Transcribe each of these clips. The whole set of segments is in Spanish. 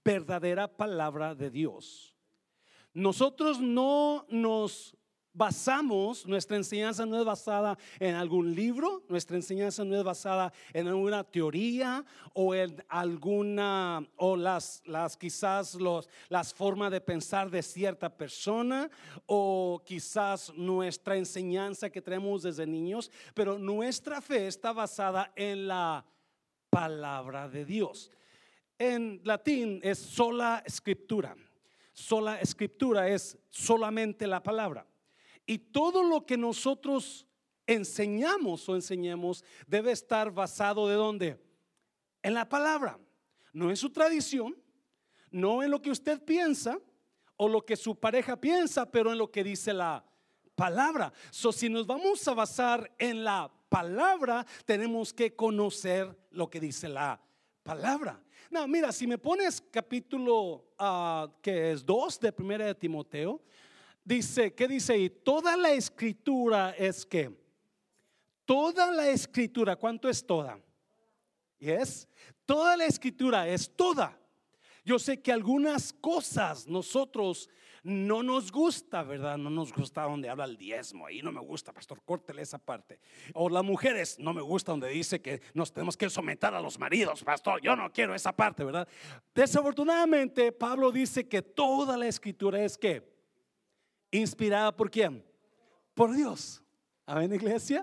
verdadera palabra de Dios. Nosotros no nos basamos, nuestra enseñanza no es basada en algún libro, nuestra enseñanza no es basada en alguna teoría o en alguna, o las quizás las formas de pensar de cierta persona, o quizás nuestra enseñanza que tenemos desde niños, pero nuestra fe está basada en la palabra de Dios. En latín es sola scriptura. Sola escritura es solamente la palabra. Y todo lo que nosotros enseñamos o enseñemos debe estar basado ¿de dónde? En la palabra. No en su tradición, no en lo que usted piensa o lo que su pareja piensa, pero en lo que dice la palabra. Si nos vamos a basar en la palabra, tenemos que conocer lo que dice la palabra. No, mira, si me pones capítulo que es 2 de 1 de Timoteo, dice, ¿qué dice ahí? Toda la escritura es que toda la escritura, ¿cuánto es toda? Yes, toda la escritura es toda. Yo sé que algunas cosas nosotros no nos gusta, ¿verdad? No nos gusta donde habla el diezmo. Ahí no me gusta, pastor, córtele esa parte. O las mujeres, no me gusta donde dice que nos tenemos que someter a los maridos, pastor. Yo no quiero esa parte, ¿verdad? Desafortunadamente, Pablo dice que toda la escritura es que inspirada por ¿quién? Por Dios. Amén, iglesia.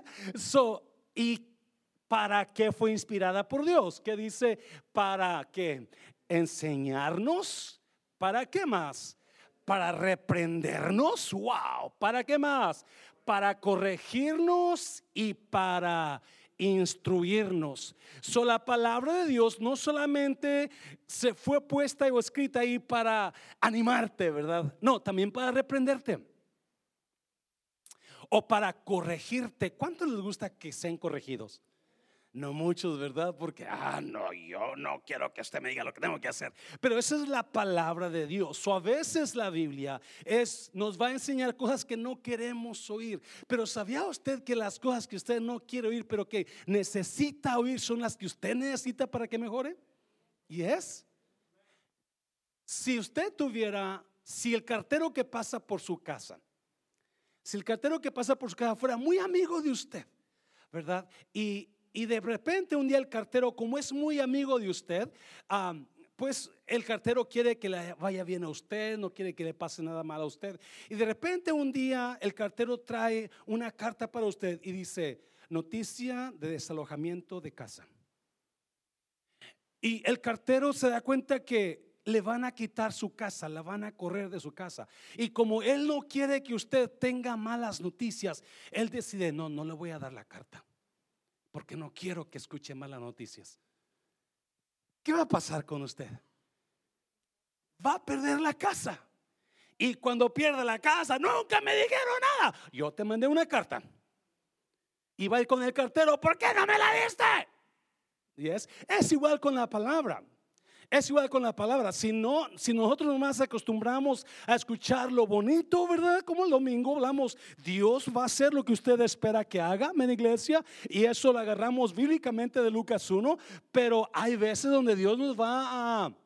¿Y para qué fue inspirada por Dios? ¿Qué dice? Para que enseñarnos. ¿Para qué más? Para reprendernos. Wow. ¿Para qué más? Para corregirnos y para instruirnos. La palabra de Dios no solamente se fue puesta o escrita ahí para animarte, ¿verdad? No, también para reprenderte o para corregirte. ¿Cuántos les gusta que sean corregidos? No muchos, ¿verdad? Porque, no, yo no quiero que usted me diga lo que tengo que hacer. Pero esa es la palabra de Dios. O a veces la Biblia nos va a enseñar cosas que no queremos oír. Pero ¿sabía usted que las cosas que usted no quiere oír, pero que necesita oír, son las que usted necesita para que mejore? Yes. Si el cartero que pasa por su casa, si el cartero que pasa por su casa fuera muy amigo de usted, ¿verdad? Y de repente un día el cartero, como es muy amigo de usted, pues el cartero quiere que le vaya bien a usted, no quiere que le pase nada mal a usted. Y de repente un día el cartero trae una carta para usted y dice: noticia de desalojamiento de casa. Y el cartero se da cuenta que le van a quitar su casa, la van a correr de su casa. Y como él no quiere que usted tenga malas noticias, él decide: no le voy a dar la carta, porque no quiero que escuche malas noticias. ¿Qué va a pasar con usted? Va a perder la casa. Y cuando pierda la casa, nunca me dijeron nada. Yo te mandé una carta. Y va a ir con el cartero: ¿por qué no me la diste? Yes. Es igual con la palabra. Es igual con la palabra. Si nosotros nomás acostumbramos a escuchar lo bonito, ¿verdad? Como el domingo hablamos, Dios va a hacer lo que usted espera que haga, en iglesia, y eso lo agarramos bíblicamente de Lucas 1. Pero hay veces donde Dios nos va a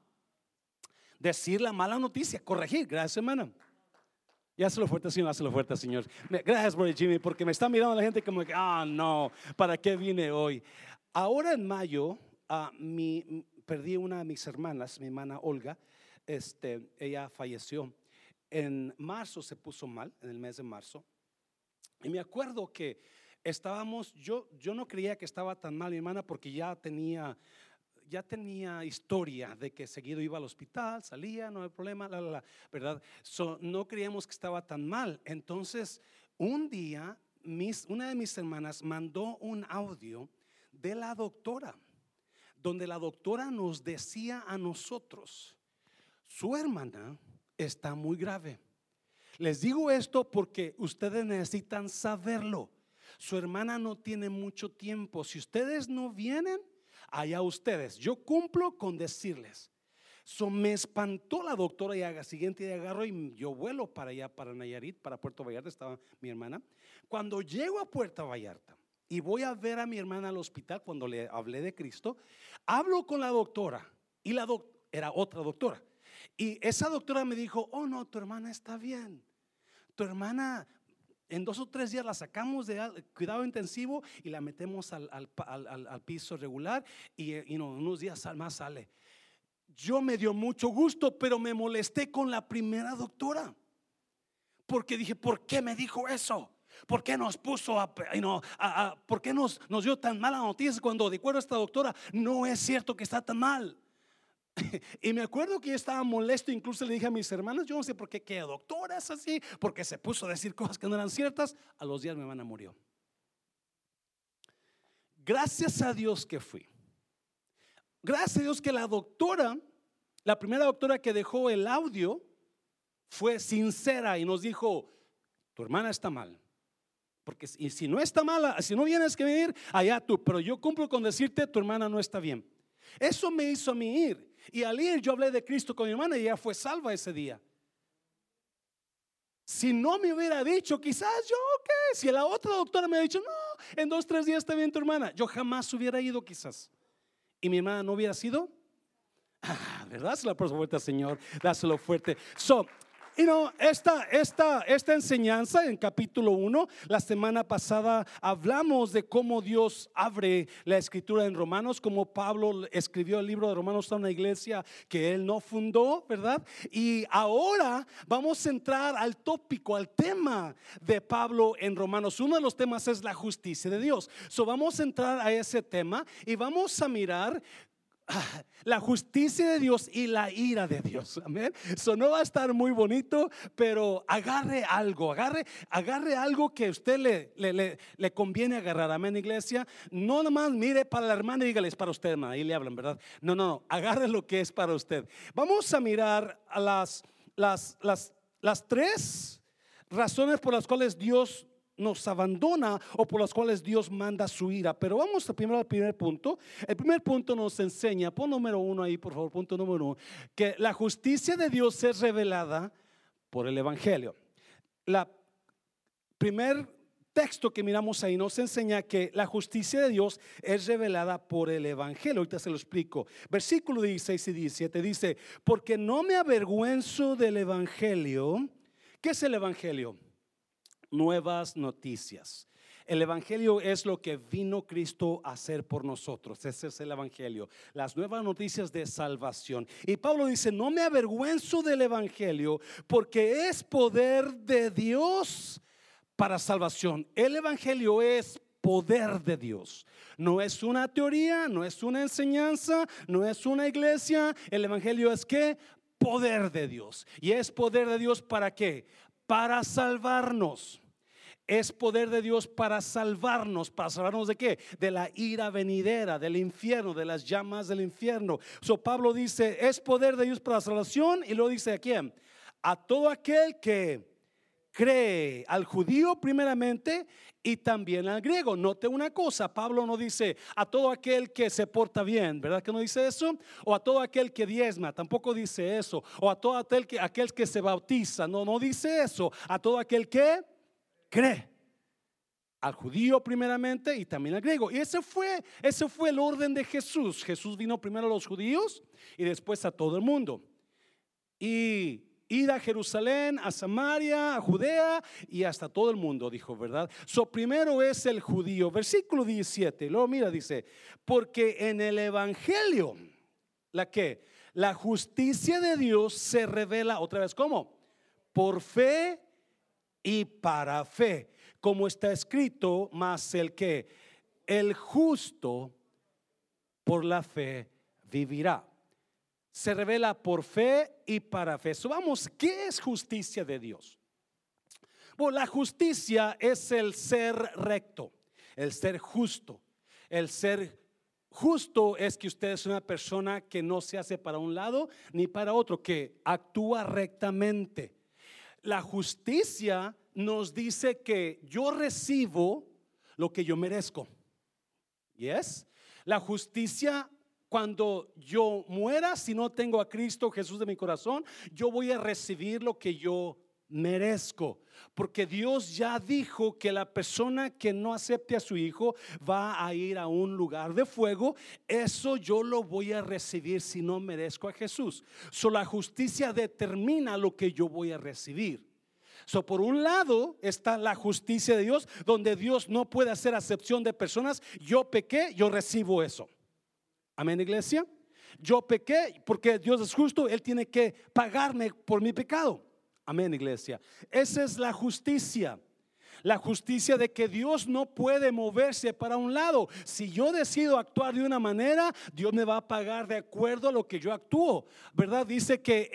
decir la mala noticia, corregir. Gracias, hermano. Ya hazlo fuerte, Señor, hazlo fuerte, Señor. Gracias, brother Jimmy, porque me está mirando la gente como que, no, ¿para qué vine hoy? Ahora en mayo, perdí una de mis hermanas, mi hermana Olga. Ella falleció. En marzo se puso mal, en el mes de marzo. Y me acuerdo que estábamos, yo no creía que estaba tan mal mi hermana, porque ya tenía historia de que seguido iba al hospital, salía, no hay problema, ¿verdad? No creíamos que estaba tan mal. Entonces un día una de mis hermanas mandó un audio de la doctora, donde la doctora nos decía a nosotros: su hermana está muy grave. Les digo esto porque ustedes necesitan saberlo. Su hermana no tiene mucho tiempo. Si ustedes no vienen, allá ustedes. Yo cumplo con decirles. Me espantó la doctora, y al siguiente día agarro y yo vuelo para allá, para Nayarit, para Puerto Vallarta. Estaba mi hermana. Cuando llego a Puerto Vallarta y voy a ver a mi hermana al hospital, cuando le hablé de Cristo, hablo con la doctora, y era otra doctora. Y esa doctora me dijo, oh no, tu hermana está bien. Tu hermana en 2 o 3 días la sacamos de cuidado intensivo y la metemos al piso regular y unos días más sale. Yo me dio mucho gusto, pero me molesté con la primera doctora porque dije, ¿por qué me dijo eso? ¿Por qué nos puso por qué nos dio tan mala noticia cuando de acuerdo a esta doctora no es cierto que está tan mal? Y me acuerdo que yo estaba molesto, incluso le dije a mis hermanas, yo no sé por qué doctora es así, porque se puso a decir cosas que no eran ciertas. A los días mi hermana murió. Gracias a Dios que fui. Gracias a Dios que la doctora, la primera doctora que dejó el audio, fue sincera y nos dijo, tu hermana está mal. Porque y si no está mala, si no vienes que venir, allá tú, pero yo cumplo con decirte, tu hermana no está bien. Eso me hizo a mí ir. Y al ir yo hablé de Cristo con mi hermana y ella fue salva ese día. Si no me hubiera dicho, quizás yo, ¿qué? Si la otra doctora me hubiera dicho, no, en 2 o 3 días está bien tu hermana, yo jamás hubiera ido quizás. Y mi hermana no hubiera sido. ¿Verdad? Se la aplauso fuerte al Señor. Dáselo fuerte. Esta enseñanza en capítulo 1, la semana pasada hablamos de cómo Dios abre la escritura en Romanos, como Pablo escribió el libro de Romanos a una iglesia que él no fundó, ¿verdad? Y ahora vamos a entrar al tópico, al tema de Pablo en Romanos. Uno de los temas es la justicia de Dios. Vamos a entrar a ese tema y vamos a mirar la justicia de Dios y la ira de Dios. Amén. No va a estar muy bonito, pero agarre algo, agarre algo que a usted le conviene agarrar. Amén, iglesia. No nomás mire para la hermana y dígale, es para usted, hermana. Ahí le hablan, ¿verdad? No, agarre lo que es para usted. Vamos a mirar a las 3 razones por las cuales Dios nos abandona o por las cuales Dios manda su ira. Pero vamos primero al primer punto. El primer punto nos enseña, pon número 1 ahí por favor, punto número 1, que la justicia de Dios es revelada por el Evangelio. La primer texto que miramos ahí nos enseña que la justicia de Dios es revelada por el Evangelio. Ahorita se lo explico. Versículo 16 y 17 dice, porque no me avergüenzo del Evangelio. ¿Qué es el Evangelio? Nuevas noticias. El Evangelio es lo que vino Cristo a hacer por nosotros. Ese es el Evangelio, las nuevas noticias de salvación. Y Pablo dice, no me avergüenzo del Evangelio, porque es poder de Dios para salvación. El Evangelio es poder de Dios. No es una teoría, no es una enseñanza, no es una iglesia. El Evangelio es ¿qué? Poder de Dios. ¿Y es poder de Dios para qué? Para salvarnos. Es poder de Dios para salvarnos. ¿Para salvarnos de qué? De la ira venidera, del infierno, de las llamas del infierno. Pablo dice, es poder de Dios para salvación. Y lo dice a quién? A todo aquel que cree, al judío primeramente y también al griego. Note una cosa, Pablo no dice a todo aquel que se porta bien, ¿verdad que no dice eso? O a todo aquel que diezma, tampoco dice eso. O a todo aquel que se bautiza, no dice eso. A todo aquel que cree, al judío primeramente y también al griego. Y ese fue el orden de Jesús. Jesús vino primero a los judíos y después a todo el mundo. Y ir a Jerusalén, a Samaria, a Judea y hasta todo el mundo, dijo, ¿verdad? Primero es el judío. Versículo 17, luego mira, dice, porque en el Evangelio, la justicia de Dios se revela, otra vez, ¿cómo? Por fe y para fe, como está escrito, mas el justo por la fe vivirá. Se revela por fe y para fe. Vamos, ¿qué es justicia de Dios? Bueno, la justicia es el ser recto, el ser justo. El ser justo es que usted es una persona que no se hace para un lado ni para otro, que actúa rectamente. La justicia nos dice que yo recibo lo que yo merezco. ¿Yes? La justicia, cuando yo muera, si no tengo a Cristo Jesús de mi corazón, yo voy a recibir lo que yo merezco. Porque Dios ya dijo que la persona que no acepte a su hijo va a ir a un lugar de fuego. Eso yo lo voy a recibir si no merezco a Jesús. La justicia determina lo que yo voy a recibir. Por un lado está la justicia de Dios, donde Dios no puede hacer acepción de personas. Yo pequé, yo recibo eso. Amén, iglesia. Yo pequé porque Dios es justo, Él tiene que pagarme por mi pecado. Amén, iglesia. Esa es la justicia. La justicia de que Dios no puede moverse para un lado. Si yo decido actuar de una manera, Dios me va a pagar de acuerdo a lo que yo actúo, ¿verdad? Dice que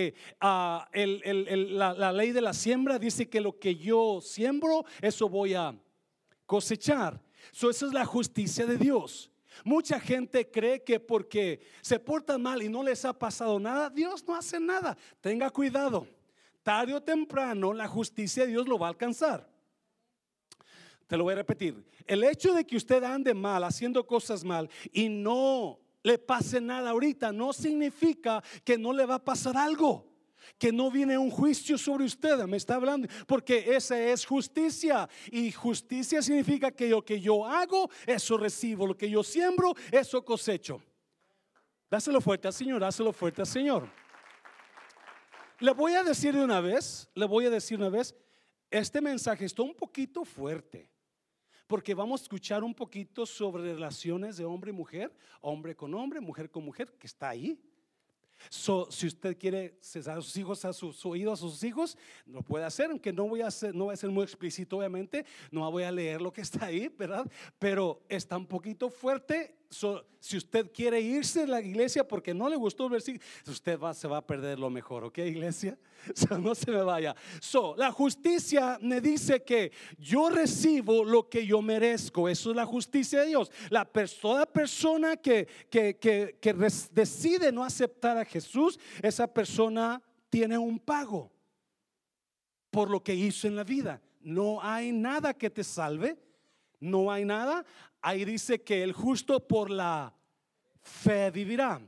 la ley de la siembra dice que lo que yo siembro, eso voy a cosechar. Esa es la justicia de Dios. Mucha gente cree que porque se portan mal y no les ha pasado nada, Dios no hace nada. Tenga cuidado. Tarde o temprano la justicia de Dios lo va a alcanzar. Te lo voy a repetir. El hecho de que usted ande mal, haciendo cosas mal y no le pase nada ahorita, no significa que no le va a pasar algo, que no viene un juicio sobre usted. Me está hablando, porque esa es justicia. Y justicia significa que lo que yo hago, eso recibo. Lo que yo siembro, eso cosecho. Dáselo fuerte al Señor, dáselo fuerte al Señor. Le voy a decir una vez, este mensaje está un poquito fuerte, porque vamos a escuchar un poquito sobre relaciones de hombre y mujer, hombre con hombre, mujer con mujer, que está ahí. Si usted quiere cesar a sus hijos, a sus oídos a sus hijos, lo puede hacer, aunque no voy a ser muy explícito, obviamente. No voy a leer lo que está ahí, ¿verdad? Pero está un poquito fuerte. Si usted quiere irse de la iglesia porque no le gustó el versículo, usted se va a perder lo mejor, ¿ok, iglesia? No se me vaya. La justicia me dice que yo recibo lo que yo merezco. Eso es la justicia de Dios. Toda persona que decide no aceptar a Jesús, esa persona tiene un pago por lo que hizo en la vida. No hay nada que te salve. No hay nada. Ahí dice que el justo por la fe vivirá.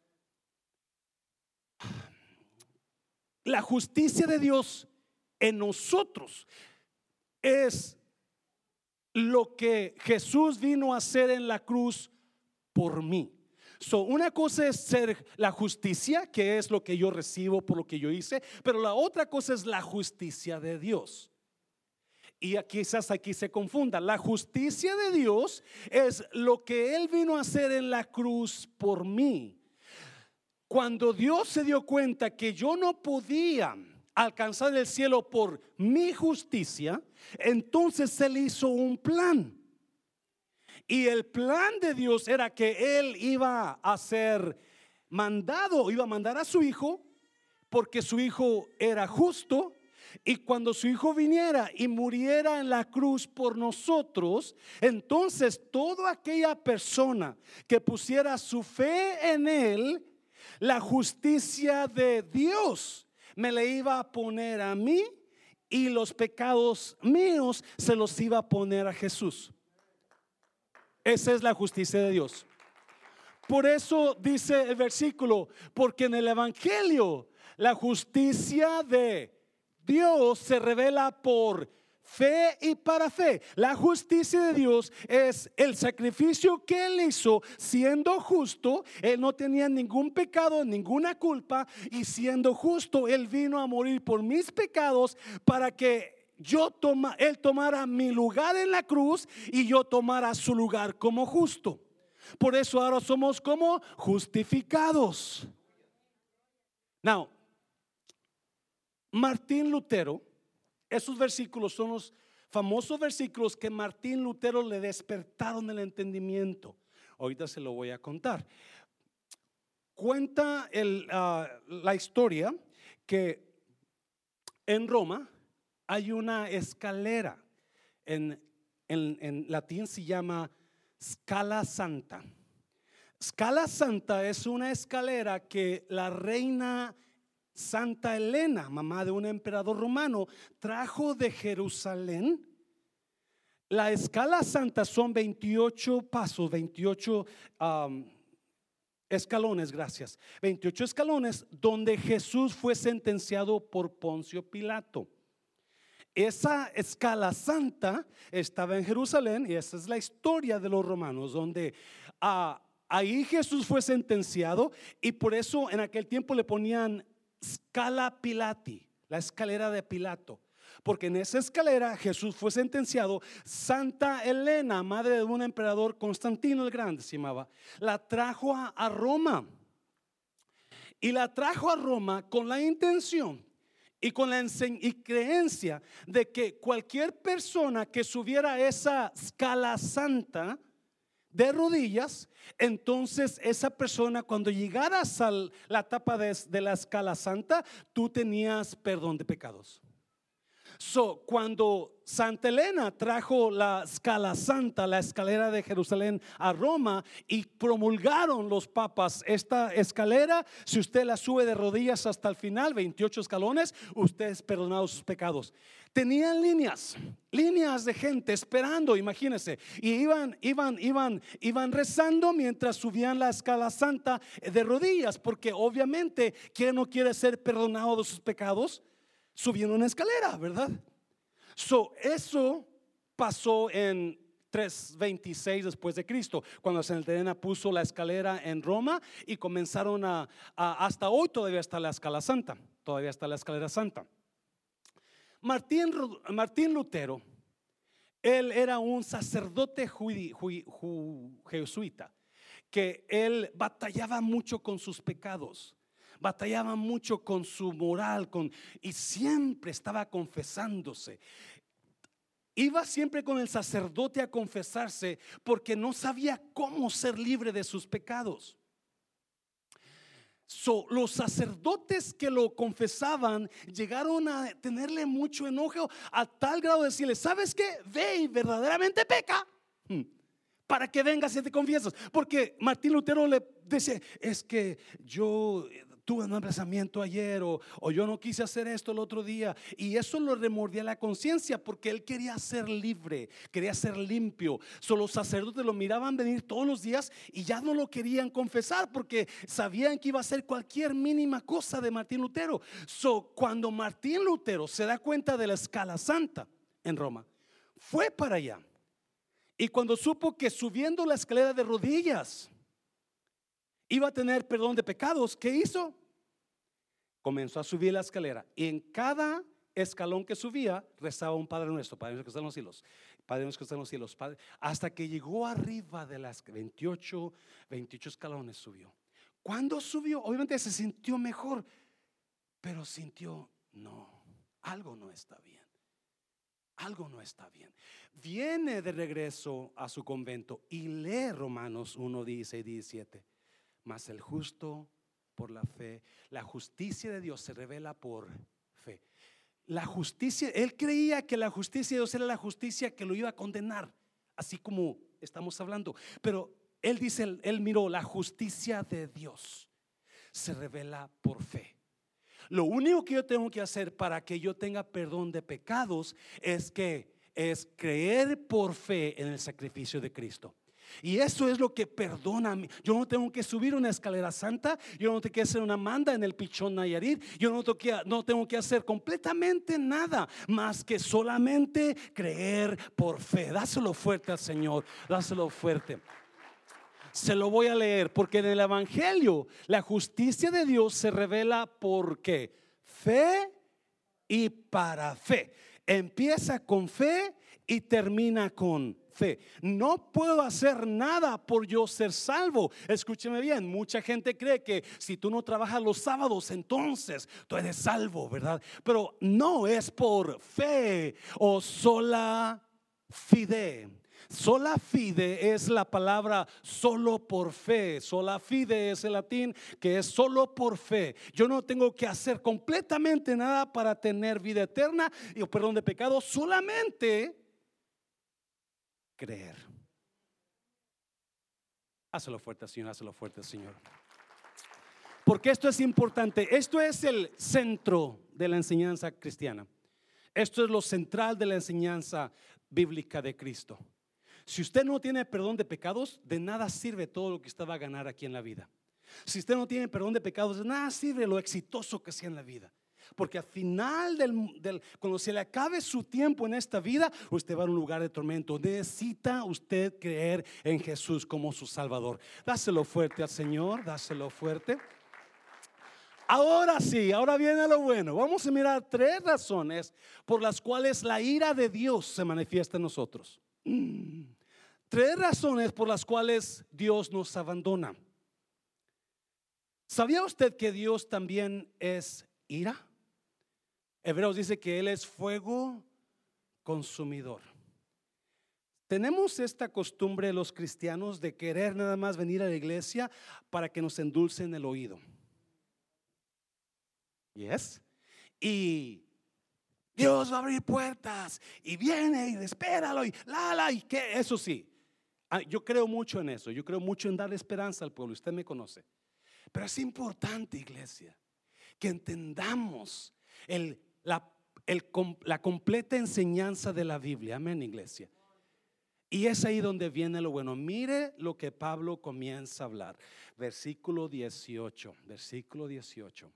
La justicia de Dios en nosotros es lo que Jesús vino a hacer en la cruz por mí. Una cosa es ser la justicia, que es lo que yo recibo por lo que yo hice, pero la otra cosa es la justicia de Dios. Y quizás aquí se confunda. La justicia de Dios es lo que Él vino a hacer en la cruz por mí. Cuando Dios se dio cuenta que yo no podía alcanzar el cielo por mi justicia, entonces Él hizo un plan. Y el plan de Dios era que Él iba a ser mandado, iba a mandar a su hijo, porque su hijo era justo. Y cuando su hijo viniera y muriera en la cruz por nosotros, entonces toda aquella persona que pusiera su fe en Él, la justicia de Dios me le iba a poner a mí, y los pecados míos se los iba a poner a Jesús. Esa es la justicia de Dios. Por eso dice el versículo, porque en el evangelio la justicia de Dios se revela por fe y para fe. La justicia de Dios es el sacrificio que Él hizo siendo justo. Él no tenía ningún pecado, ninguna culpa, y siendo justo Él vino a morir por mis pecados para que Él tomara mi lugar en la cruz y yo tomara su lugar como justo. Por eso ahora somos como justificados. Now, Martín Lutero, esos versículos son los famosos versículos que Martín Lutero le despertaron el entendimiento. Ahorita se lo voy a contar. Cuenta la historia que en Roma hay una escalera. En latín se llama Scala Santa. Scala Santa es una escalera que la reina Santa Elena, mamá de un emperador romano, trajo de Jerusalén. La escala santa son 28 pasos, 28 escalones, gracias. 28 escalones donde Jesús fue sentenciado por Poncio Pilato. Esa escala santa estaba en Jerusalén y esa es la historia de los romanos, donde ahí Jesús fue sentenciado y por eso en aquel tiempo le ponían Scala Pilati, la escalera de Pilato. Porque en esa escalera Jesús fue sentenciado. Santa Elena, madre de un emperador, Constantino el Grande se llamaba, la trajo a Roma. Y la trajo a Roma con la intención y con la creencia de que cualquier persona que subiera esa escala santa de rodillas, entonces esa persona, cuando llegaras a la etapa de la escala santa, tú tenías perdón de pecados. Cuando Santa Elena trajo la escala santa, la escalera de Jerusalén a Roma, y promulgaron los papas esta escalera, si usted la sube de rodillas hasta el final, 28 escalones, usted es perdonado sus pecados. Tenían líneas de gente esperando, imagínense, y iban rezando mientras subían la escala santa de rodillas, porque obviamente, ¿quién no quiere ser perdonado de sus pecados? Subiendo una escalera, ¿verdad? Eso pasó en 326 después de Cristo, cuando Santa Elena puso la escalera en Roma y comenzaron hasta hoy todavía está la escala santa, todavía está la escalera santa. Martín Lutero, él era un sacerdote jesuita, que él batallaba mucho con sus pecados. Batallaba mucho con su moral, y siempre estaba confesándose. Iba siempre con el sacerdote a confesarse porque no sabía cómo ser libre de sus pecados. Los sacerdotes que lo confesaban llegaron a tenerle mucho enojo, a tal grado de decirle: ¿sabes qué? Ve y verdaderamente peca para que vengas y te confiesas. Porque Martín Lutero le dice: es que yo tuve un emplazamiento ayer, o yo no quise hacer esto el otro día, y eso lo remordía la conciencia, porque él quería ser libre, quería ser limpio. Los sacerdotes lo miraban venir todos los días y ya no lo querían confesar, porque sabían que iba a hacer cualquier mínima cosa de Martín Lutero. Cuando Martín Lutero se da cuenta de la escala santa en Roma, fue para allá, y cuando supo que subiendo la escalera de rodillas iba a tener perdón de pecados, ¿qué hizo? Comenzó a subir la escalera, y en cada escalón que subía rezaba un Padre Nuestro: Padre nuestro que está en los cielos, Padre nuestro que está en los cielos, Padre, hasta que llegó arriba de las 28 escalones subió. Cuando subió, obviamente se sintió mejor, pero sintió: no, algo no está bien. Algo no está bien. Viene de regreso a su convento y lee Romanos 1, 16 y 17. Mas el justo por la fe, la justicia de Dios se revela por fe. La justicia, él creía que la justicia de Dios era la justicia que lo iba a condenar, así como estamos hablando. Pero él dice, él miró: la justicia de Dios se revela por fe. Lo único que yo tengo que hacer para que yo tenga perdón de pecados es creer por fe en el sacrificio de Cristo. Y eso es lo que perdona. Yo no tengo que subir una escalera santa, yo no tengo que hacer una manda en el Pichón Nayarit, yo no tengo que hacer completamente nada más que solamente creer por fe. Dáselo fuerte al Señor, dáselo fuerte. Se lo voy a leer, porque en el Evangelio la justicia de Dios se revela por ¿qué? Fe y para fe. Empieza con fe y termina con fe. No puedo hacer nada por yo ser salvo. Escúcheme bien, mucha gente cree que si tú no trabajas los sábados, entonces tú eres salvo, ¿verdad? Pero no, es por fe o sola fide. Sola fide es la palabra solo por fe. Sola fide es el latín, que es solo por fe. Yo no tengo que hacer completamente nada para tener vida eterna y perdón de pecados, solamente creer. Hazlo fuerte, Señor, hazlo fuerte, Señor. Porque esto es importante. Esto es el centro de la enseñanza cristiana. Esto es lo central de la enseñanza bíblica de Cristo. Si usted no tiene perdón de pecados, de nada sirve todo lo que usted va a ganar aquí en la vida. Si usted no tiene perdón de pecados, de nada sirve lo exitoso que sea en la vida. Porque al final cuando se le acabe su tiempo en esta vida, usted va a un lugar de tormento. Necesita usted creer en Jesús como su Salvador. Dáselo fuerte al Señor, dáselo fuerte. Ahora sí, ahora viene lo bueno. Vamos a mirar 3 razones por las cuales la ira de Dios se manifiesta en nosotros. 3 razones por las cuales Dios nos abandona. ¿Sabía usted que Dios también es ira? Hebreos dice que Él es fuego consumidor. Tenemos esta costumbre los cristianos de querer nada más venir a la iglesia para que nos endulcen el oído. Yes. Y Dios va a abrir puertas y viene y espéralo y y que eso sí. Yo creo mucho en eso. Yo creo mucho en darle esperanza al pueblo. Usted me conoce. Pero es importante, iglesia, que entendamos la completa enseñanza de la Biblia. Amén, iglesia. Y es ahí donde viene lo bueno. Mire lo que Pablo comienza a hablar. Versículo 18. Versículo 18.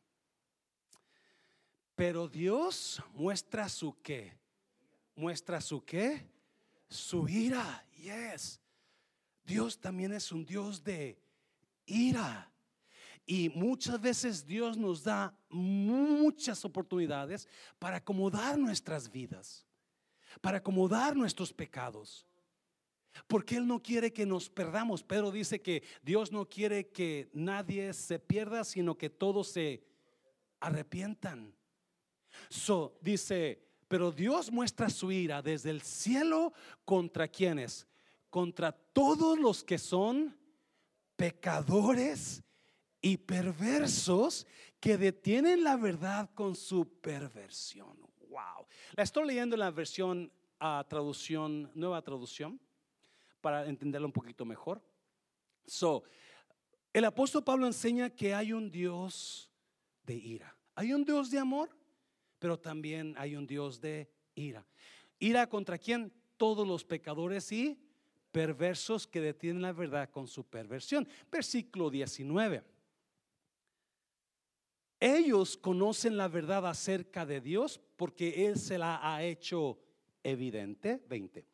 Pero Dios muestra su qué. ¿Muestra su qué? Su ira. Yes. Dios también es un Dios de ira. Y muchas veces Dios nos da muchas oportunidades para acomodar nuestras vidas, para acomodar nuestros pecados, porque Él no quiere que nos perdamos. Pedro dice que Dios no quiere que nadie se pierda, sino que todos se arrepientan. Dice, pero Dios muestra su ira desde el cielo contra quienes, contra todos los que son pecadores y perversos que detienen la verdad con su perversión. Wow. La estoy leyendo en la versión traducción, nueva traducción, para entenderlo un poquito mejor. El apóstol Pablo enseña que hay un Dios de ira. Hay un Dios de amor, pero también hay un Dios de ira. ¿Ira contra quién? Todos los pecadores y perversos que detienen la verdad con su perversión. Versículo 19. Ellos conocen la verdad acerca de Dios porque Él se la ha hecho evidente. 20.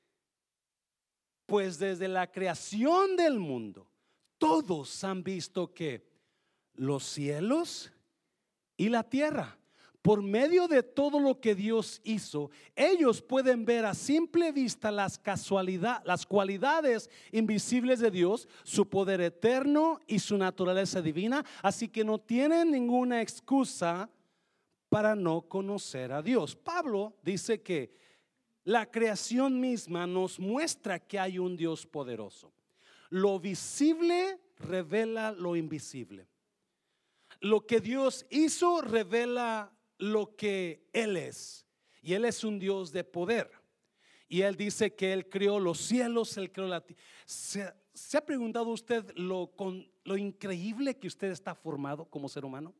Pues desde la creación del mundo, todos han visto que los cielos y la tierra, por medio de todo lo que Dios hizo, ellos pueden ver a simple vista las cualidades invisibles de Dios, su poder eterno y su naturaleza divina. Así que no tienen ninguna excusa para no conocer a Dios. Pablo dice que la creación misma nos muestra que hay un Dios poderoso. Lo visible revela lo invisible. Lo que Dios hizo revela lo que Él es. Y Él es un Dios de poder. Y Él dice que Él creó los cielos, Él creó la tierra. ¿Se ha preguntado usted lo increíble que usted está formado como ser humano?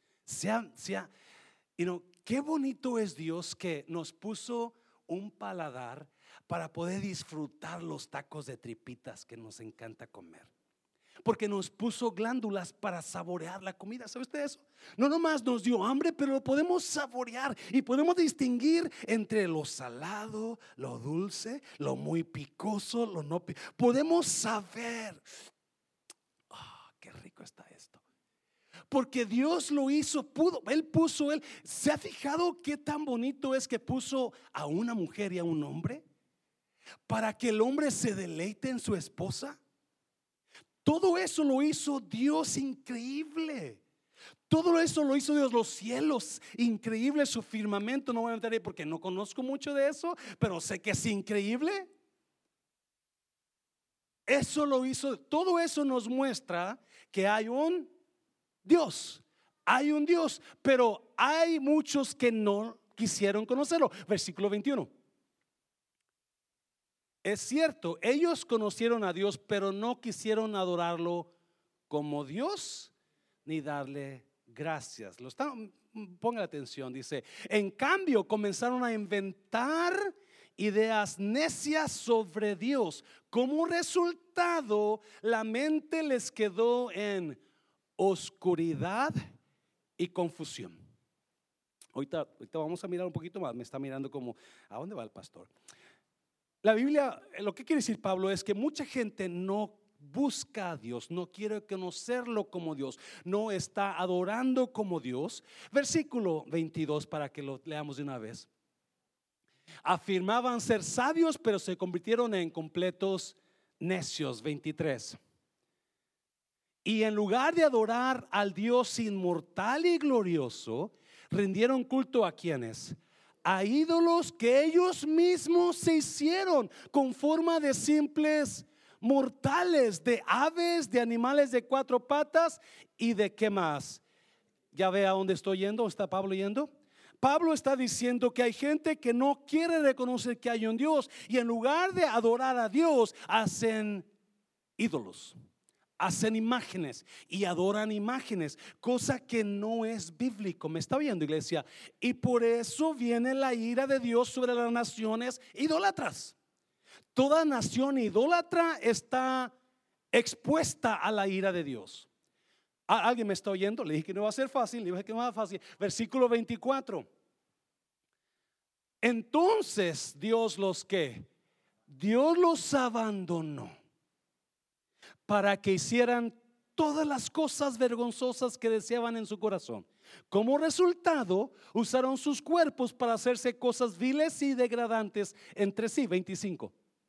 Qué bonito es Dios que nos puso un paladar para poder disfrutar los tacos de tripitas que nos encanta comer. Porque nos puso glándulas para saborear la comida. ¿Sabe usted eso? No nomás nos dio hambre, pero lo podemos saborear y podemos distinguir entre lo salado, lo dulce, lo muy picoso, lo no picoso. Podemos saber, qué rico está esto. Porque Dios lo hizo, Él ¿se ha fijado qué tan bonito es que puso a una mujer y a un hombre? Para que el hombre se deleite en su esposa. Todo eso lo hizo Dios increíble. Todo eso lo hizo Dios, los cielos, increíble, su firmamento. No voy a entrar ahí porque no conozco mucho de eso, pero sé que es increíble. Eso lo hizo, todo eso nos muestra que hay un Dios. Hay un Dios, pero hay muchos que no quisieron conocerlo. Versículo 21. Es cierto, ellos conocieron a Dios, pero no quisieron adorarlo como Dios ni darle gracias. Ponga atención, dice. En cambio, comenzaron a inventar ideas necias sobre Dios. Como resultado, la mente les quedó en oscuridad y confusión. Ahorita vamos a mirar un poquito más. Me está mirando como, ¿a dónde va el pastor? La Biblia, lo que quiere decir Pablo es que mucha gente no busca a Dios, no quiere conocerlo como Dios, no está adorando como Dios. Versículo 22 para que lo leamos de una vez. Afirmaban ser sabios, pero se convirtieron en completos necios. 23. Y en lugar de adorar al Dios inmortal y glorioso, rindieron culto a quienes, a ídolos que ellos mismos se hicieron con forma de simples mortales, de aves, de animales de cuatro patas y de qué más. Ya ve a dónde estoy yendo. ¿Está Pablo yendo? Pablo está diciendo que hay gente que no quiere reconocer que hay un Dios, y en lugar de adorar a Dios hacen ídolos, hacen imágenes y adoran imágenes, cosa que no es bíblico. ¿Me está viendo, iglesia? Y por eso viene la ira de Dios sobre las naciones idólatras. Toda nación idólatra está expuesta a la ira de Dios. ¿Alguien me está oyendo? Le dije que no va a ser fácil, le dije que no va a ser fácil. Versículo 24. Entonces Dios los abandonó para que hicieran todas las cosas vergonzosas que deseaban en su corazón. Como resultado, usaron sus cuerpos para hacerse cosas viles y degradantes entre sí. 25.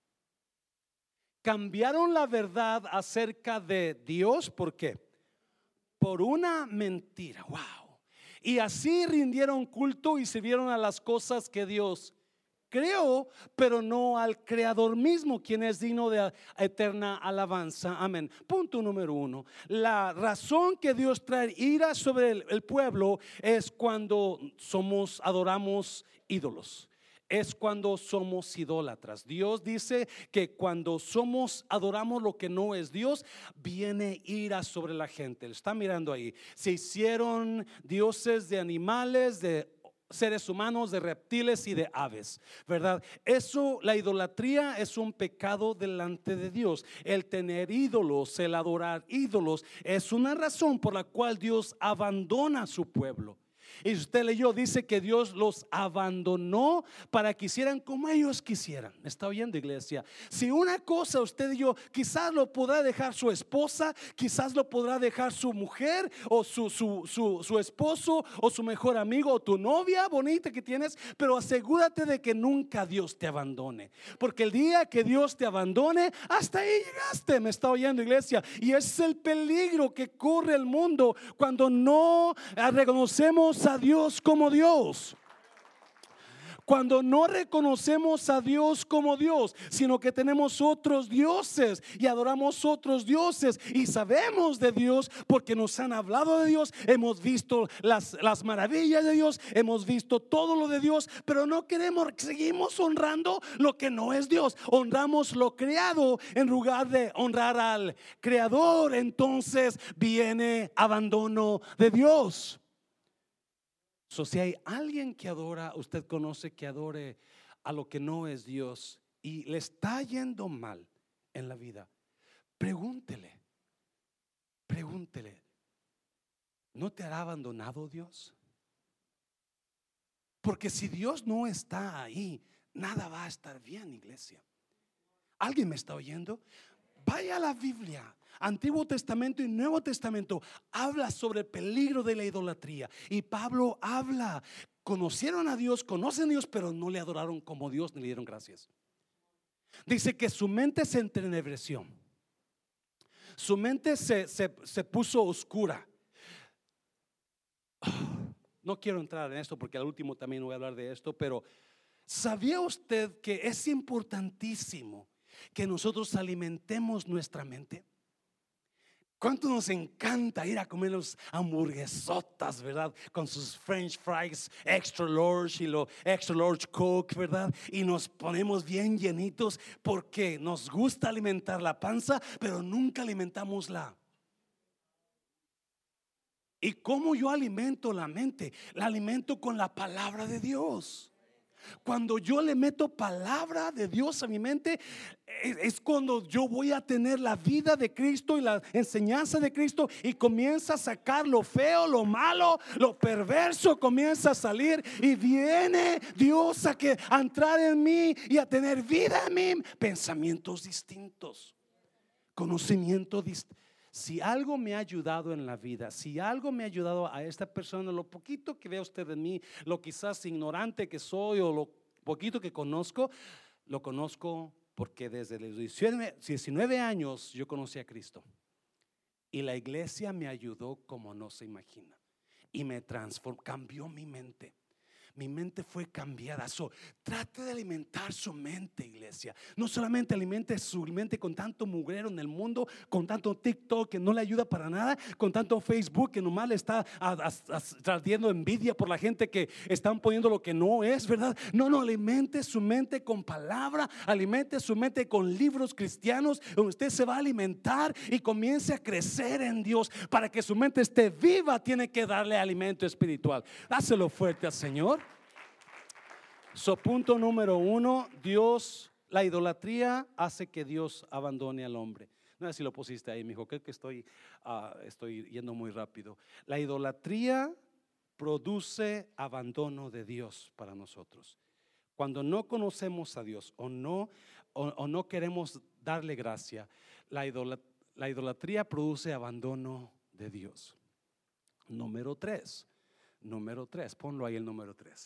Cambiaron la verdad acerca de Dios. ¿Por qué? Por una mentira. Wow. Y así rindieron culto y sirvieron a las cosas que Dios creó, pero no al Creador mismo, quien es digno de eterna alabanza. Amén. Punto número 1. La razón que Dios trae ira sobre el pueblo es cuando adoramos ídolos. Es cuando somos idólatras. Dios dice que cuando adoramos lo que no es Dios, viene ira sobre la gente. Lo está mirando ahí. Se hicieron dioses de animales, de seres humanos, de reptiles y de aves, ¿verdad? Eso, la idolatría es un pecado delante de Dios. El tener ídolos, el adorar ídolos, es una razón por la cual Dios abandona a su pueblo. Y usted leyó, dice que Dios los abandonó para que hicieran como ellos quisieran. ¿Está oyendo, iglesia? Si una cosa usted y yo, quizás lo podrá dejar su esposa, quizás lo podrá dejar su mujer o su esposo o su mejor amigo o tu novia bonita que tienes, pero asegúrate de que nunca Dios te abandone, porque el día que Dios te abandone, hasta ahí llegaste. ¿Me está oyendo, iglesia? Y ese es el peligro que corre el mundo cuando no reconocemos a Dios como Dios. Cuando no reconocemos a Dios como Dios, sino que tenemos otros dioses y adoramos otros dioses, y sabemos de Dios porque nos han hablado de Dios, hemos visto las maravillas de Dios, hemos visto todo lo de Dios, pero no queremos, seguimos honrando lo que no es Dios, honramos lo creado en lugar de honrar al Creador. Entonces viene abandono de Dios. Si hay alguien que adora, usted conoce que adore a lo que no es Dios y le está yendo mal en la vida, pregúntele, ¿no te hará abandonado Dios? Porque si Dios no está ahí, nada va a estar bien, iglesia. ¿Alguien me está oyendo? Vaya a la Biblia, Antiguo Testamento y Nuevo Testamento, habla sobre el peligro de la idolatría. Y Pablo habla, conocieron a Dios, conocen a Dios, pero no le adoraron como Dios ni le dieron gracias. Dice que su mente se entenebreció, su mente se puso oscura. No quiero entrar en esto porque al último también voy a hablar de esto, pero ¿sabía usted que es importantísimo que nosotros alimentemos nuestra mente? ¿Cuánto nos encanta ir a comer los hamburguesotas, verdad? Con sus French fries extra large y lo extra large Coke, verdad? Y nos ponemos bien llenitos porque nos gusta alimentar la panza, pero nunca alimentamos ¿Y cómo yo alimento la mente? La alimento con la palabra de Dios. Cuando yo le meto palabra de Dios a mi mente, es cuando yo voy a tener la vida de Cristo y la enseñanza de Cristo, y comienza a sacar lo feo, lo malo, lo perverso, comienza a salir, y viene Dios a entrar en mí y a tener vida en mí, pensamientos distintos, conocimiento distinto. Si algo me ha ayudado en la vida, si algo me ha ayudado a esta persona, lo poquito que vea usted en mí, lo quizás ignorante que soy o lo poquito que conozco, lo conozco porque desde los 19 años yo conocí a Cristo, y la iglesia me ayudó como no se imagina, y me transformó, cambió mi mente. Mi mente fue cambiada. Trate de alimentar su mente, iglesia. No solamente alimente su mente con tanto mugrero en el mundo, con tanto TikTok que no le ayuda para nada, con tanto Facebook que nomás le está trayendo envidia por la gente que están poniendo lo que no es, ¿verdad? No, alimente su mente con palabra, alimente su mente con libros cristianos, donde usted se va a alimentar y comience a crecer en Dios. Para que su mente esté viva, tiene que darle alimento espiritual. Dáselo fuerte al Señor. Punto número 1, la idolatría hace que Dios abandone al hombre. No sé si lo pusiste ahí, mijo, creo que estoy yendo muy rápido. La idolatría produce abandono de Dios para nosotros. Cuando no conocemos a Dios o no queremos darle gracia, la idolatría produce abandono de Dios. Número 3, ponlo ahí el número 3.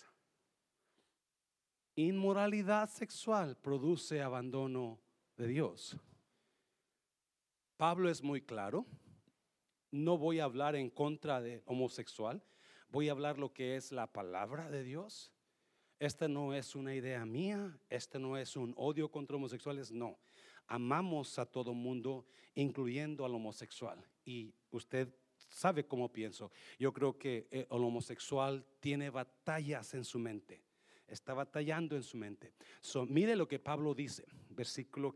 Inmoralidad sexual produce abandono de Dios. Pablo es muy claro. No voy a hablar en contra de homosexual, voy a hablar lo que es la palabra de Dios. Esta no es una idea mía, este no es un odio contra homosexuales, no. Amamos a todo mundo, incluyendo al homosexual. Y usted sabe cómo pienso. Yo creo que el homosexual tiene batallas en su mente. Está batallando en su mente. Mire lo que Pablo dice, versículo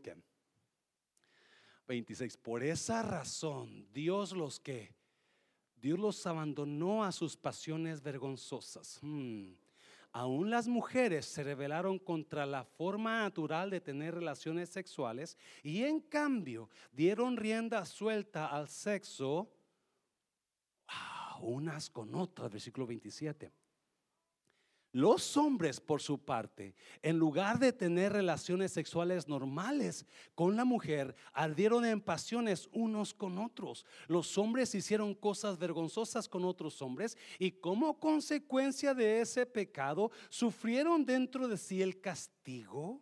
26. Por esa razón Dios los abandonó a sus pasiones vergonzosas. Aún las mujeres se rebelaron contra la forma natural de tener relaciones sexuales, y en cambio dieron rienda suelta al sexo, unas con otras. Versículo 27. Los hombres, por su parte, en lugar de tener relaciones sexuales normales con la mujer, ardieron en pasiones unos con otros. Los hombres hicieron cosas vergonzosas con otros hombres, y como consecuencia de ese pecado sufrieron dentro de sí el castigo.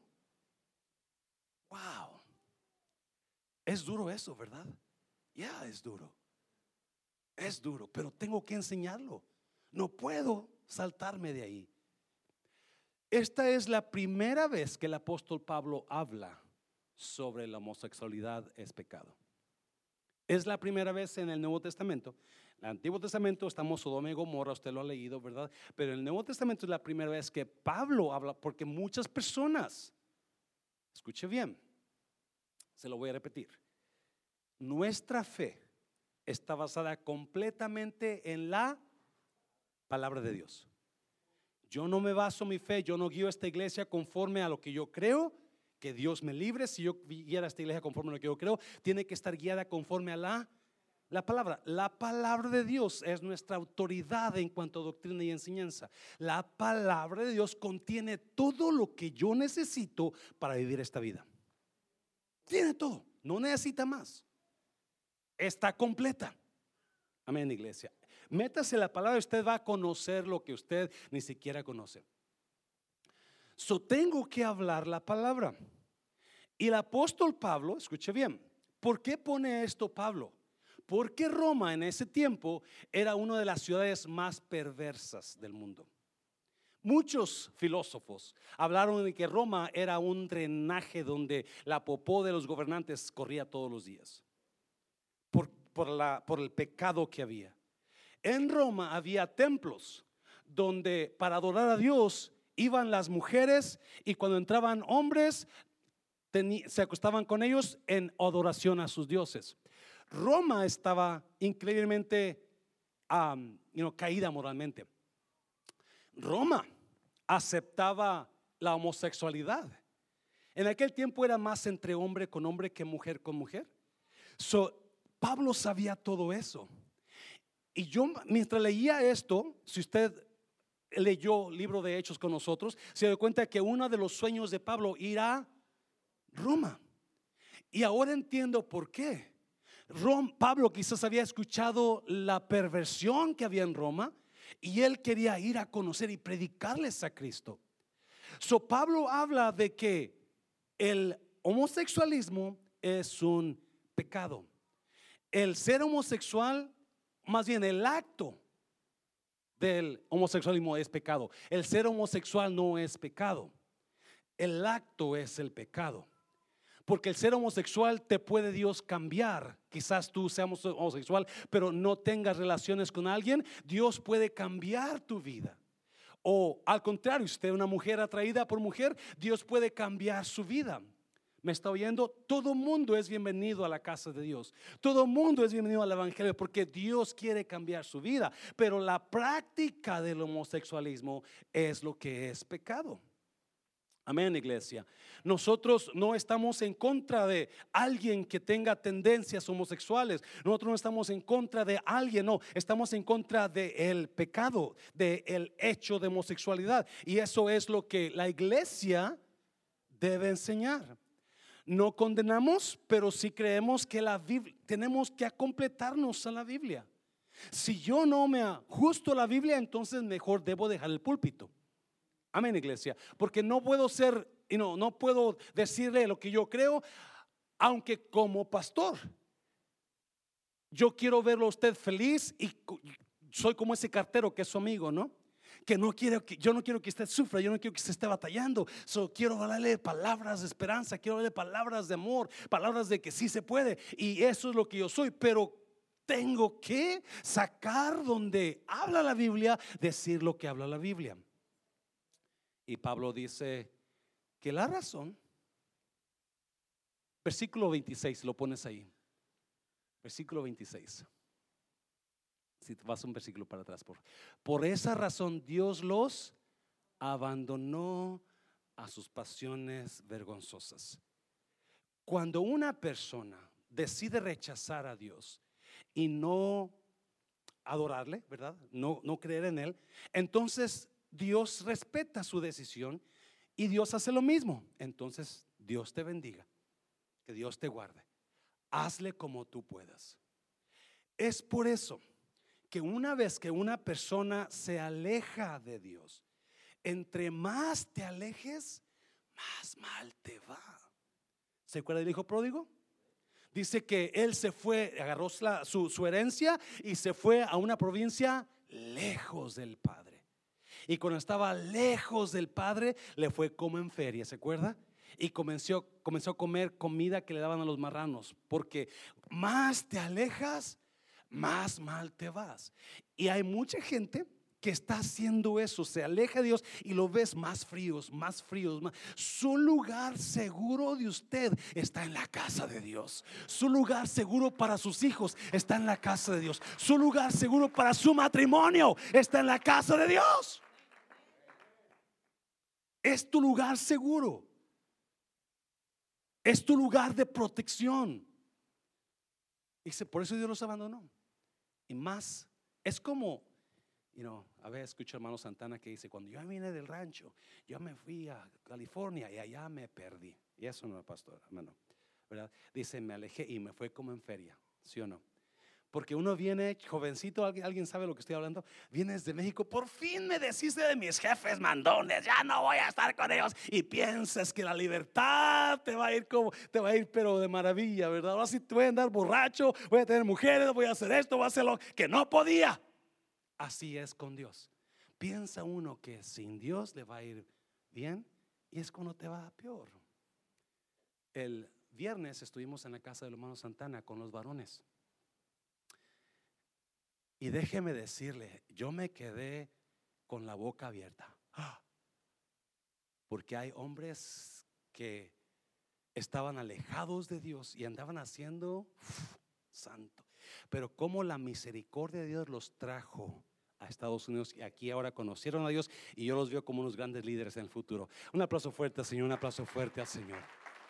Wow. Es duro eso, ¿verdad? Es duro. Es duro, pero tengo que enseñarlo. No puedo saltarme de ahí. Esta es la primera vez que el apóstol Pablo habla sobre la homosexualidad es pecado. Es la primera vez en el Nuevo Testamento. En el Antiguo Testamento estamos Sodoma y Gomorra, usted lo ha leído, ¿verdad? Pero en el Nuevo Testamento es la primera vez que Pablo habla, porque muchas personas, escuche bien, se lo voy a repetir, nuestra fe está basada completamente en la palabra de Dios. Yo no me baso mi fe, yo no guío esta iglesia conforme a lo que yo creo. Que Dios me libre. Si yo guiara esta iglesia conforme a lo que yo creo, tiene que estar guiada conforme a la palabra. La palabra de Dios es nuestra autoridad en cuanto a doctrina y enseñanza. La palabra de Dios contiene todo lo que yo necesito para vivir esta vida. Tiene todo, no necesita más. Está completa. Amén, iglesia. Métase la palabra y usted va a conocer lo que usted ni siquiera conoce. Tengo que hablar la palabra. Y el apóstol Pablo, escuche bien, ¿por qué pone esto Pablo? Porque Roma en ese tiempo era una de las ciudades más perversas del mundo. Muchos filósofos hablaron de que Roma era un drenaje donde la popó de los gobernantes corría todos los días por el pecado que había. En Roma había templos donde para adorar a Dios iban las mujeres, y cuando entraban hombres se acostaban con ellos en adoración a sus dioses. Roma estaba increíblemente caída moralmente. Roma aceptaba la homosexualidad. En aquel tiempo era más entre hombre con hombre que mujer con mujer. Pablo sabía todo eso. Y yo, mientras leía esto, si usted leyó el libro de Hechos con nosotros, se dio cuenta que uno de los sueños de Pablo ir a Roma. Y ahora entiendo por qué. Pablo quizás había escuchado la perversión que había en Roma y él quería ir a conocer y predicarles a Cristo. Pablo habla de que el homosexualismo es un pecado. El ser homosexual, más bien el acto del homosexualismo es pecado. El ser homosexual no es pecado. El acto es el pecado. Porque el ser homosexual te puede Dios cambiar. Quizás tú seas homosexual, pero no tengas relaciones con alguien. Dios puede cambiar tu vida. O al contrario, si usted es una mujer atraída por mujer, Dios puede cambiar su vida. ¿Me está oyendo? Todo mundo es bienvenido a la casa de Dios. Todo mundo es bienvenido al evangelio porque Dios quiere cambiar su vida. Pero la práctica del homosexualismo es lo que es pecado. Amén, iglesia. Nosotros no estamos en contra de alguien que tenga tendencias homosexuales. Nosotros no estamos en contra de alguien, no, estamos en contra del pecado, del hecho de homosexualidad. Y eso es lo que la iglesia debe enseñar. No condenamos, pero sí creemos que la Biblia, tenemos que completarnos a la Biblia. Si yo no me ajusto a la Biblia, entonces mejor debo dejar el púlpito. Amén, iglesia. Porque no puedo ser, no puedo decirle lo que yo creo, aunque como pastor yo quiero verlo a usted feliz y soy como ese cartero que es su amigo, ¿no? Que yo no quiero que usted sufra, yo no quiero que usted esté batallando. Quiero darle palabras de esperanza, quiero darle palabras de amor, palabras de que sí se puede. Y eso es lo que yo soy, pero tengo que sacar donde habla la Biblia, decir lo que habla la Biblia. Y Pablo dice que la razón, versículo 26, lo pones ahí. Versículo 26. Si te vas un versículo para atrás, por esa razón Dios los abandonó a sus pasiones vergonzosas. Cuando una persona decide rechazar a Dios y no adorarle, ¿verdad? No creer en Él, entonces Dios respeta su decisión y Dios hace lo mismo. Entonces Dios te bendiga, que Dios te guarde. Hazle como tú puedas. Es por eso que una vez que una persona se aleja de Dios, entre más te alejes, más mal te va. ¿Se acuerda del hijo pródigo? Dice que él se fue, agarró su herencia y se fue a una provincia lejos del padre. Y cuando estaba lejos del padre, le fue como en feria, ¿se acuerda? Y comenzó a comer comida que le daban a los marranos. Porque más te alejas, más mal te vas. Y hay mucha gente que está haciendo eso, se aleja de Dios y lo ves más fríos. Su lugar seguro de usted está en la casa de Dios. Su lugar seguro para sus hijos está en la casa de Dios. Su lugar seguro para su matrimonio está en la casa de Dios. Es tu lugar seguro. Es tu lugar de protección. Dice, por eso Dios los abandonó. Y más, es como, a veces escucho a hermano Santana que dice, cuando yo vine del rancho, yo me fui a California y allá me perdí. Y eso no es pastor, hermano, ¿verdad? Dice, me alejé y me fue como en feria, ¿sí o no? Porque uno viene jovencito, alguien sabe lo que estoy hablando. Vienes de México, por fin me deshice de mis jefes mandones, ya no voy a estar con ellos. Y piensas que la libertad te va a ir pero de maravilla, ¿verdad? Ahora sí te voy a andar borracho, voy a tener mujeres, voy a hacer esto, voy a hacer lo que no podía. Así es con Dios. Piensa uno que sin Dios le va a ir bien y es cuando te va peor. El viernes estuvimos en la casa del hermano Santana con los varones. Y déjeme decirle, yo me quedé con la boca abierta. Porque hay hombres que estaban alejados de Dios y andaban haciendo santo. Pero como la misericordia de Dios los trajo a Estados Unidos y aquí ahora conocieron a Dios y yo los veo como unos grandes líderes en el futuro. Un aplauso fuerte al Señor, un aplauso fuerte al Señor.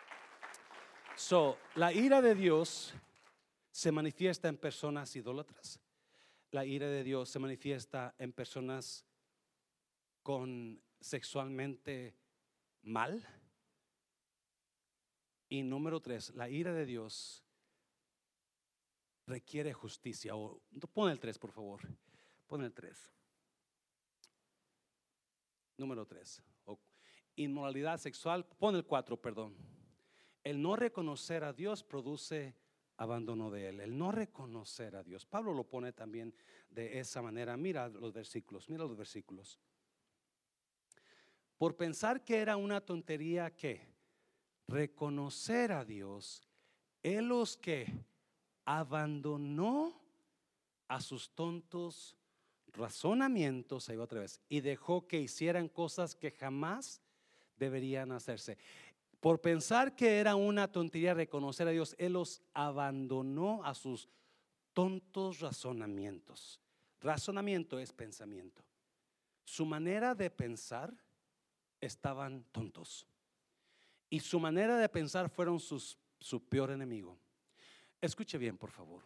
La ira de Dios se manifiesta en personas idólatras. La ira de Dios se manifiesta en personas con sexualmente mal. Y número 3, la ira de Dios requiere justicia. Pon el 3, por favor. Pon el 3. Número 3. Inmoralidad sexual. Pon el 4, perdón. El no reconocer a Dios produce abandono de Él. El no reconocer a Dios. Pablo lo pone también de esa manera. Mira los versículos. Por pensar que era una tontería que reconocer a Dios, Él los que abandonó a sus tontos razonamientos, ahí otra vez, y dejó que hicieran cosas que jamás deberían hacerse. Por pensar que era una tontería reconocer a Dios, Él los abandonó a sus tontos razonamientos. Razonamiento es pensamiento. Su manera de pensar estaban tontos. Y su manera de pensar fueron su peor enemigo. Escuche bien, por favor.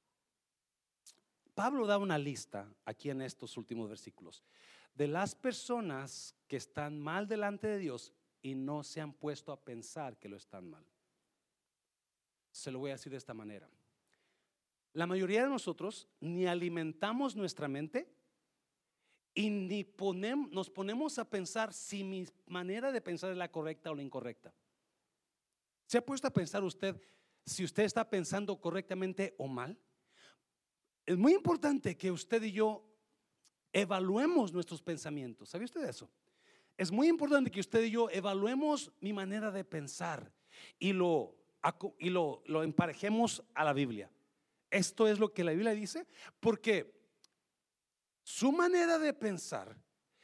Pablo da una lista aquí en estos últimos versículos de las personas que están mal delante de Dios y no se han puesto a pensar que lo están mal. Se lo voy a decir de esta manera. La mayoría de nosotros ni alimentamos nuestra mente y ni nos ponemos a pensar si mi manera de pensar es la correcta o la incorrecta. ¿Se ha puesto a pensar usted si usted está pensando correctamente o mal? Es muy importante que usted y yo evaluemos nuestros pensamientos. ¿Sabe usted eso? Es muy importante que usted y yo evaluemos mi manera de pensar y lo emparejemos a la Biblia. Esto es lo que la Biblia dice, porque su manera de pensar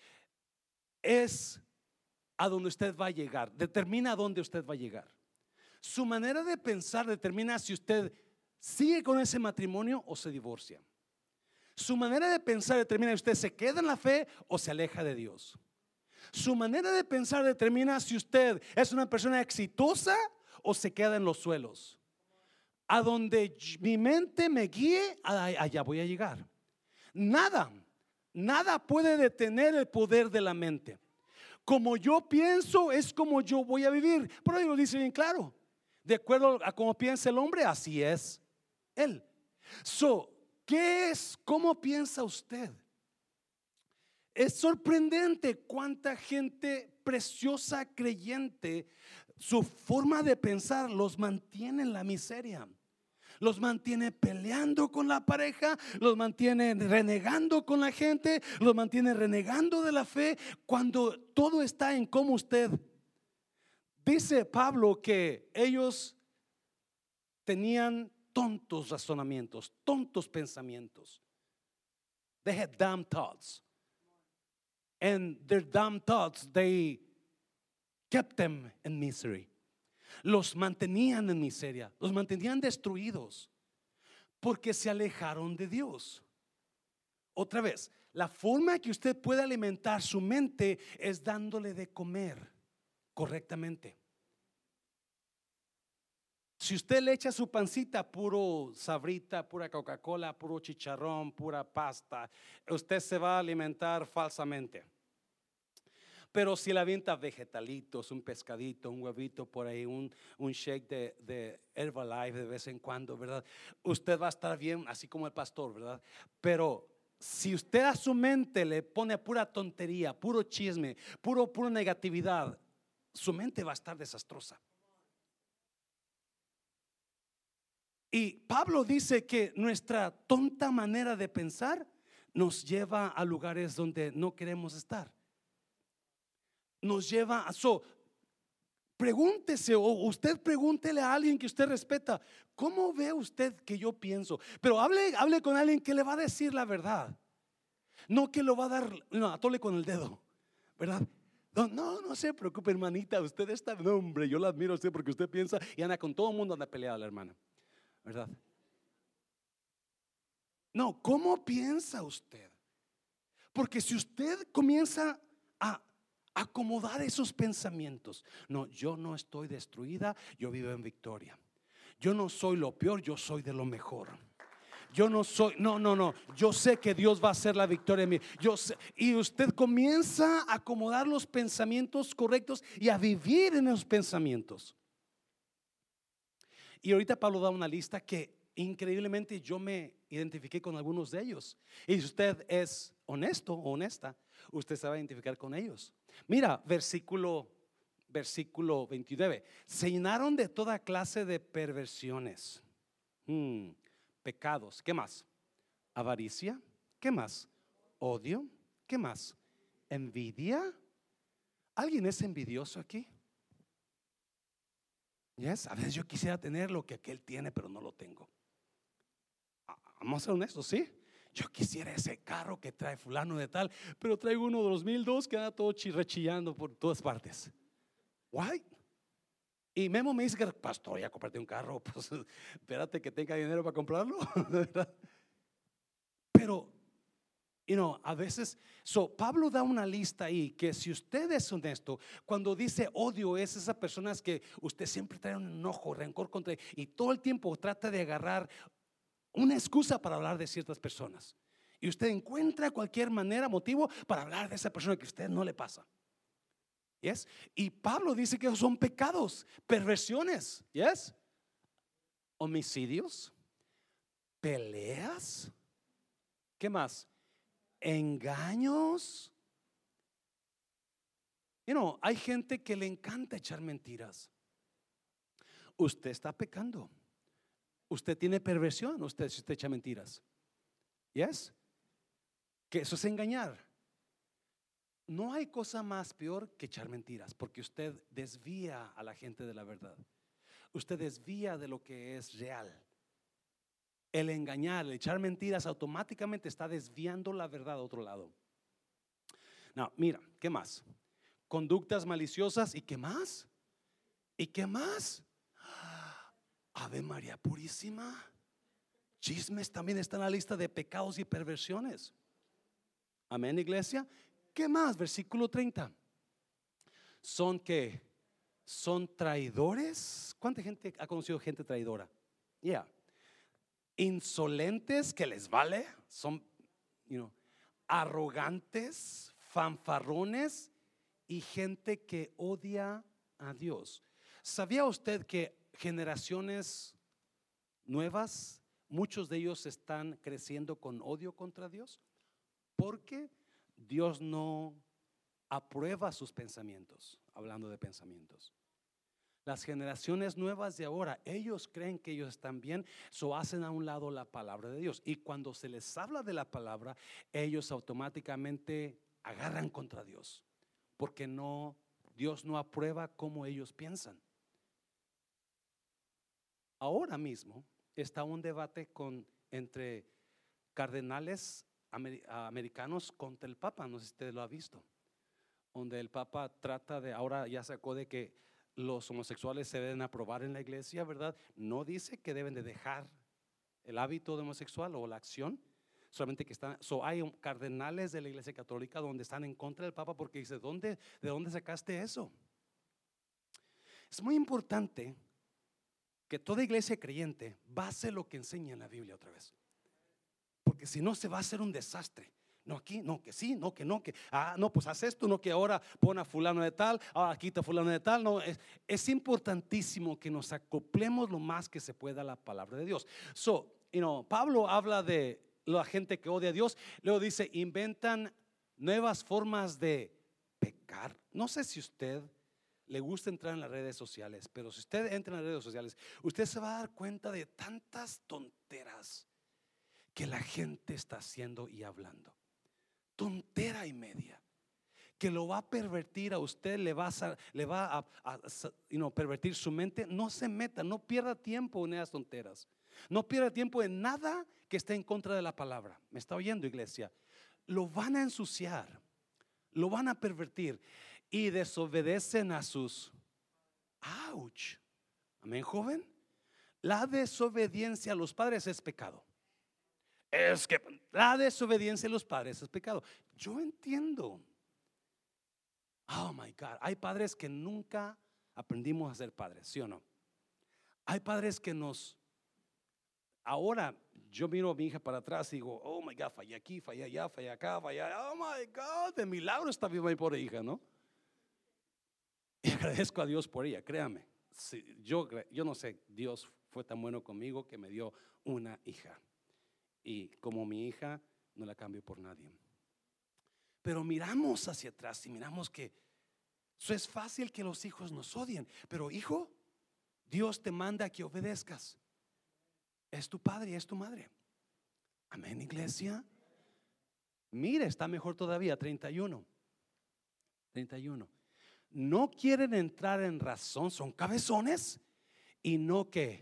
es a donde usted va a llegar, determina a dónde usted va a llegar. Su manera de pensar determina si usted sigue con ese matrimonio o se divorcia. Su manera de pensar determina si usted se queda en la fe o se aleja de Dios. Su manera de pensar determina si usted es una persona exitosa o se queda en los suelos. A donde mi mente me guíe, allá voy a llegar. Nada puede detener el poder de la mente. Como yo pienso es como yo voy a vivir. Pero lo dice bien claro. De acuerdo a cómo piensa el hombre, así es él. ¿Qué es? ¿Cómo piensa usted? Es sorprendente cuánta gente preciosa, creyente, su forma de pensar los mantiene en la miseria. Los mantiene peleando con la pareja, los mantiene renegando con la gente, los mantiene renegando de la fe, cuando todo está en cómo usted. Dice Pablo que ellos tenían tontos razonamientos, tontos pensamientos. They had dumb thoughts. And their dumb thoughts, they kept them in misery. Los mantenían en miseria, los mantenían destruidos porque se alejaron de Dios. Otra vez, la forma que usted puede alimentar su mente es dándole de comer correctamente. Si usted le echa su pancita puro Sabrita, pura Coca-Cola, puro chicharrón, pura pasta, usted se va a alimentar falsamente. Pero si le avienta vegetalitos, un pescadito, un huevito por ahí, un shake de Herbalife de vez en cuando, ¿verdad? Usted va a estar bien, así como el pastor, ¿verdad? Pero si usted a su mente le pone pura tontería, puro chisme, pura negatividad, su mente va a estar desastrosa. Y Pablo dice que nuestra tonta manera de pensar nos lleva a lugares donde no queremos estar. Nos lleva a pregúntese, o usted pregúntele a alguien que usted respeta, ¿cómo ve usted que yo pienso? Pero hable con alguien que le va a decir la verdad, no que lo va a dar, atole con el dedo, ¿verdad? No se preocupe, hermanita, usted está, no, hombre, yo la admiro a usted porque usted piensa y anda con todo el mundo, anda peleada la hermana, ¿verdad? No, ¿cómo piensa usted? Porque si usted comienza a acomodar esos pensamientos, no, yo no estoy destruida, yo vivo en victoria. Yo no soy lo peor, yo soy de lo mejor. Yo no soy, no, yo sé que Dios va a hacer la victoria en mí. Yo sé, y usted comienza a acomodar los pensamientos correctos y a vivir en esos pensamientos. Y ahorita Pablo da una lista que increíblemente yo me identifiqué con algunos de ellos. Y si usted es honesto o honesta, usted se va a identificar con ellos. Mira, versículo 29. Se llenaron de toda clase de perversiones, pecados. ¿Qué más? Avaricia. ¿Qué más? Odio. ¿Qué más? Envidia. ¿Alguien es envidioso aquí? Yes, a veces yo quisiera tener lo que aquel tiene, pero no lo tengo. Vamos a ser honestos, ¿sí? Yo quisiera ese carro que trae fulano de tal, pero traigo uno de 2002 que anda todo rechillando por todas partes. Why? Y Memo me dice que, pastor, ya compraste un carro, pues espérate que tenga dinero para comprarlo. Pero a veces, Pablo da una lista ahí que si usted es honesto, cuando dice odio, es esas personas que usted siempre trae un enojo, rencor contra, y todo el tiempo trata de agarrar una excusa para hablar de ciertas personas. Y usted encuentra cualquier manera, motivo para hablar de esa persona que a usted no le pasa. Yes. Y Pablo dice que son pecados, perversiones. Yes. Homicidios, peleas. ¿Qué más? Engaños. Hay gente que le encanta echar mentiras. Usted está pecando. Usted tiene perversión, si usted echa mentiras. Yes. Que eso es engañar. No hay cosa más peor que echar mentiras, porque usted desvía a la gente de la verdad. Usted desvía de lo que es real. El engañar, el echar mentiras automáticamente está desviando la verdad a otro lado. No, mira, ¿qué más? Conductas maliciosas. ¿Y qué más? ¿Y qué más? Ave María Purísima. Chismes también están en la lista de pecados y perversiones. Amén, iglesia. ¿Qué más? Versículo 30. ¿Son qué? ¿Son traidores? ¿Cuánta gente ha conocido gente traidora? Insolentes, que les vale. Son, arrogantes, fanfarrones y gente que odia a Dios. ¿Sabía usted que generaciones nuevas, muchos de ellos están creciendo con odio contra Dios? Porque Dios no aprueba sus pensamientos. Hablando de pensamientos, las generaciones nuevas de ahora, ellos creen que ellos están bien, hacen a un lado la palabra de Dios. Y cuando se les habla de la palabra, ellos automáticamente agarran contra Dios, porque Dios no aprueba como ellos piensan. Ahora mismo está un debate entre cardenales americanos contra el Papa. No sé si usted lo ha visto, donde el Papa ahora ya sacó de que los homosexuales se deben aprobar en la iglesia, ¿verdad? No dice que deben de dejar el hábito de homosexual o la acción, solamente que hay cardenales de la iglesia católica donde están en contra del Papa porque dice, ¿de dónde sacaste eso? Es muy importante que toda iglesia creyente base lo que enseña en la Biblia otra vez, porque si no se va a hacer un desastre. No, aquí, no, que sí, no, que no, que no, pues haz esto, no, que ahora pon a fulano de tal, ahora quita a fulano de tal. No, es importantísimo que nos acoplemos lo más que se pueda a la palabra de Dios. Pablo habla de la gente que odia a Dios, luego dice, inventan nuevas formas de pecar. No sé si usted le gusta entrar en las redes sociales, pero si usted entra en las redes sociales, usted se va a dar cuenta de tantas tonteras que la gente está haciendo y hablando. Tontera y media que lo va a pervertir a usted, le va a pervertir su mente. No se meta, no pierda tiempo en esas tonteras, no pierda tiempo en nada que esté en contra de la palabra. ¿Me está oyendo, iglesia? Lo van a ensuciar, lo van a pervertir y desobedecen a sus amén, joven. La desobediencia a los padres es pecado. Es que la desobediencia de los padres es pecado. Yo entiendo. Oh my God, hay padres que nunca aprendimos a ser padres, ¿sí o no? Hay padres que ahora yo miro a mi hija para atrás y digo, oh my God, fallé aquí, fallé allá, fallé acá, fallé allá. Oh my God, de milagro está viva mi pobre hija, ¿no? Y agradezco a Dios por ella, créame. Sí, yo no sé, Dios fue tan bueno conmigo que me dio una hija. Y como mi hija, no la cambio por nadie. Pero miramos hacia atrás y miramos que eso es fácil que los hijos nos odien. Pero hijo, Dios te manda a que obedezcas. Es tu padre y es tu madre. Amén, iglesia. Mire, está mejor todavía, 31. No quieren entrar en razón, son cabezones. Y no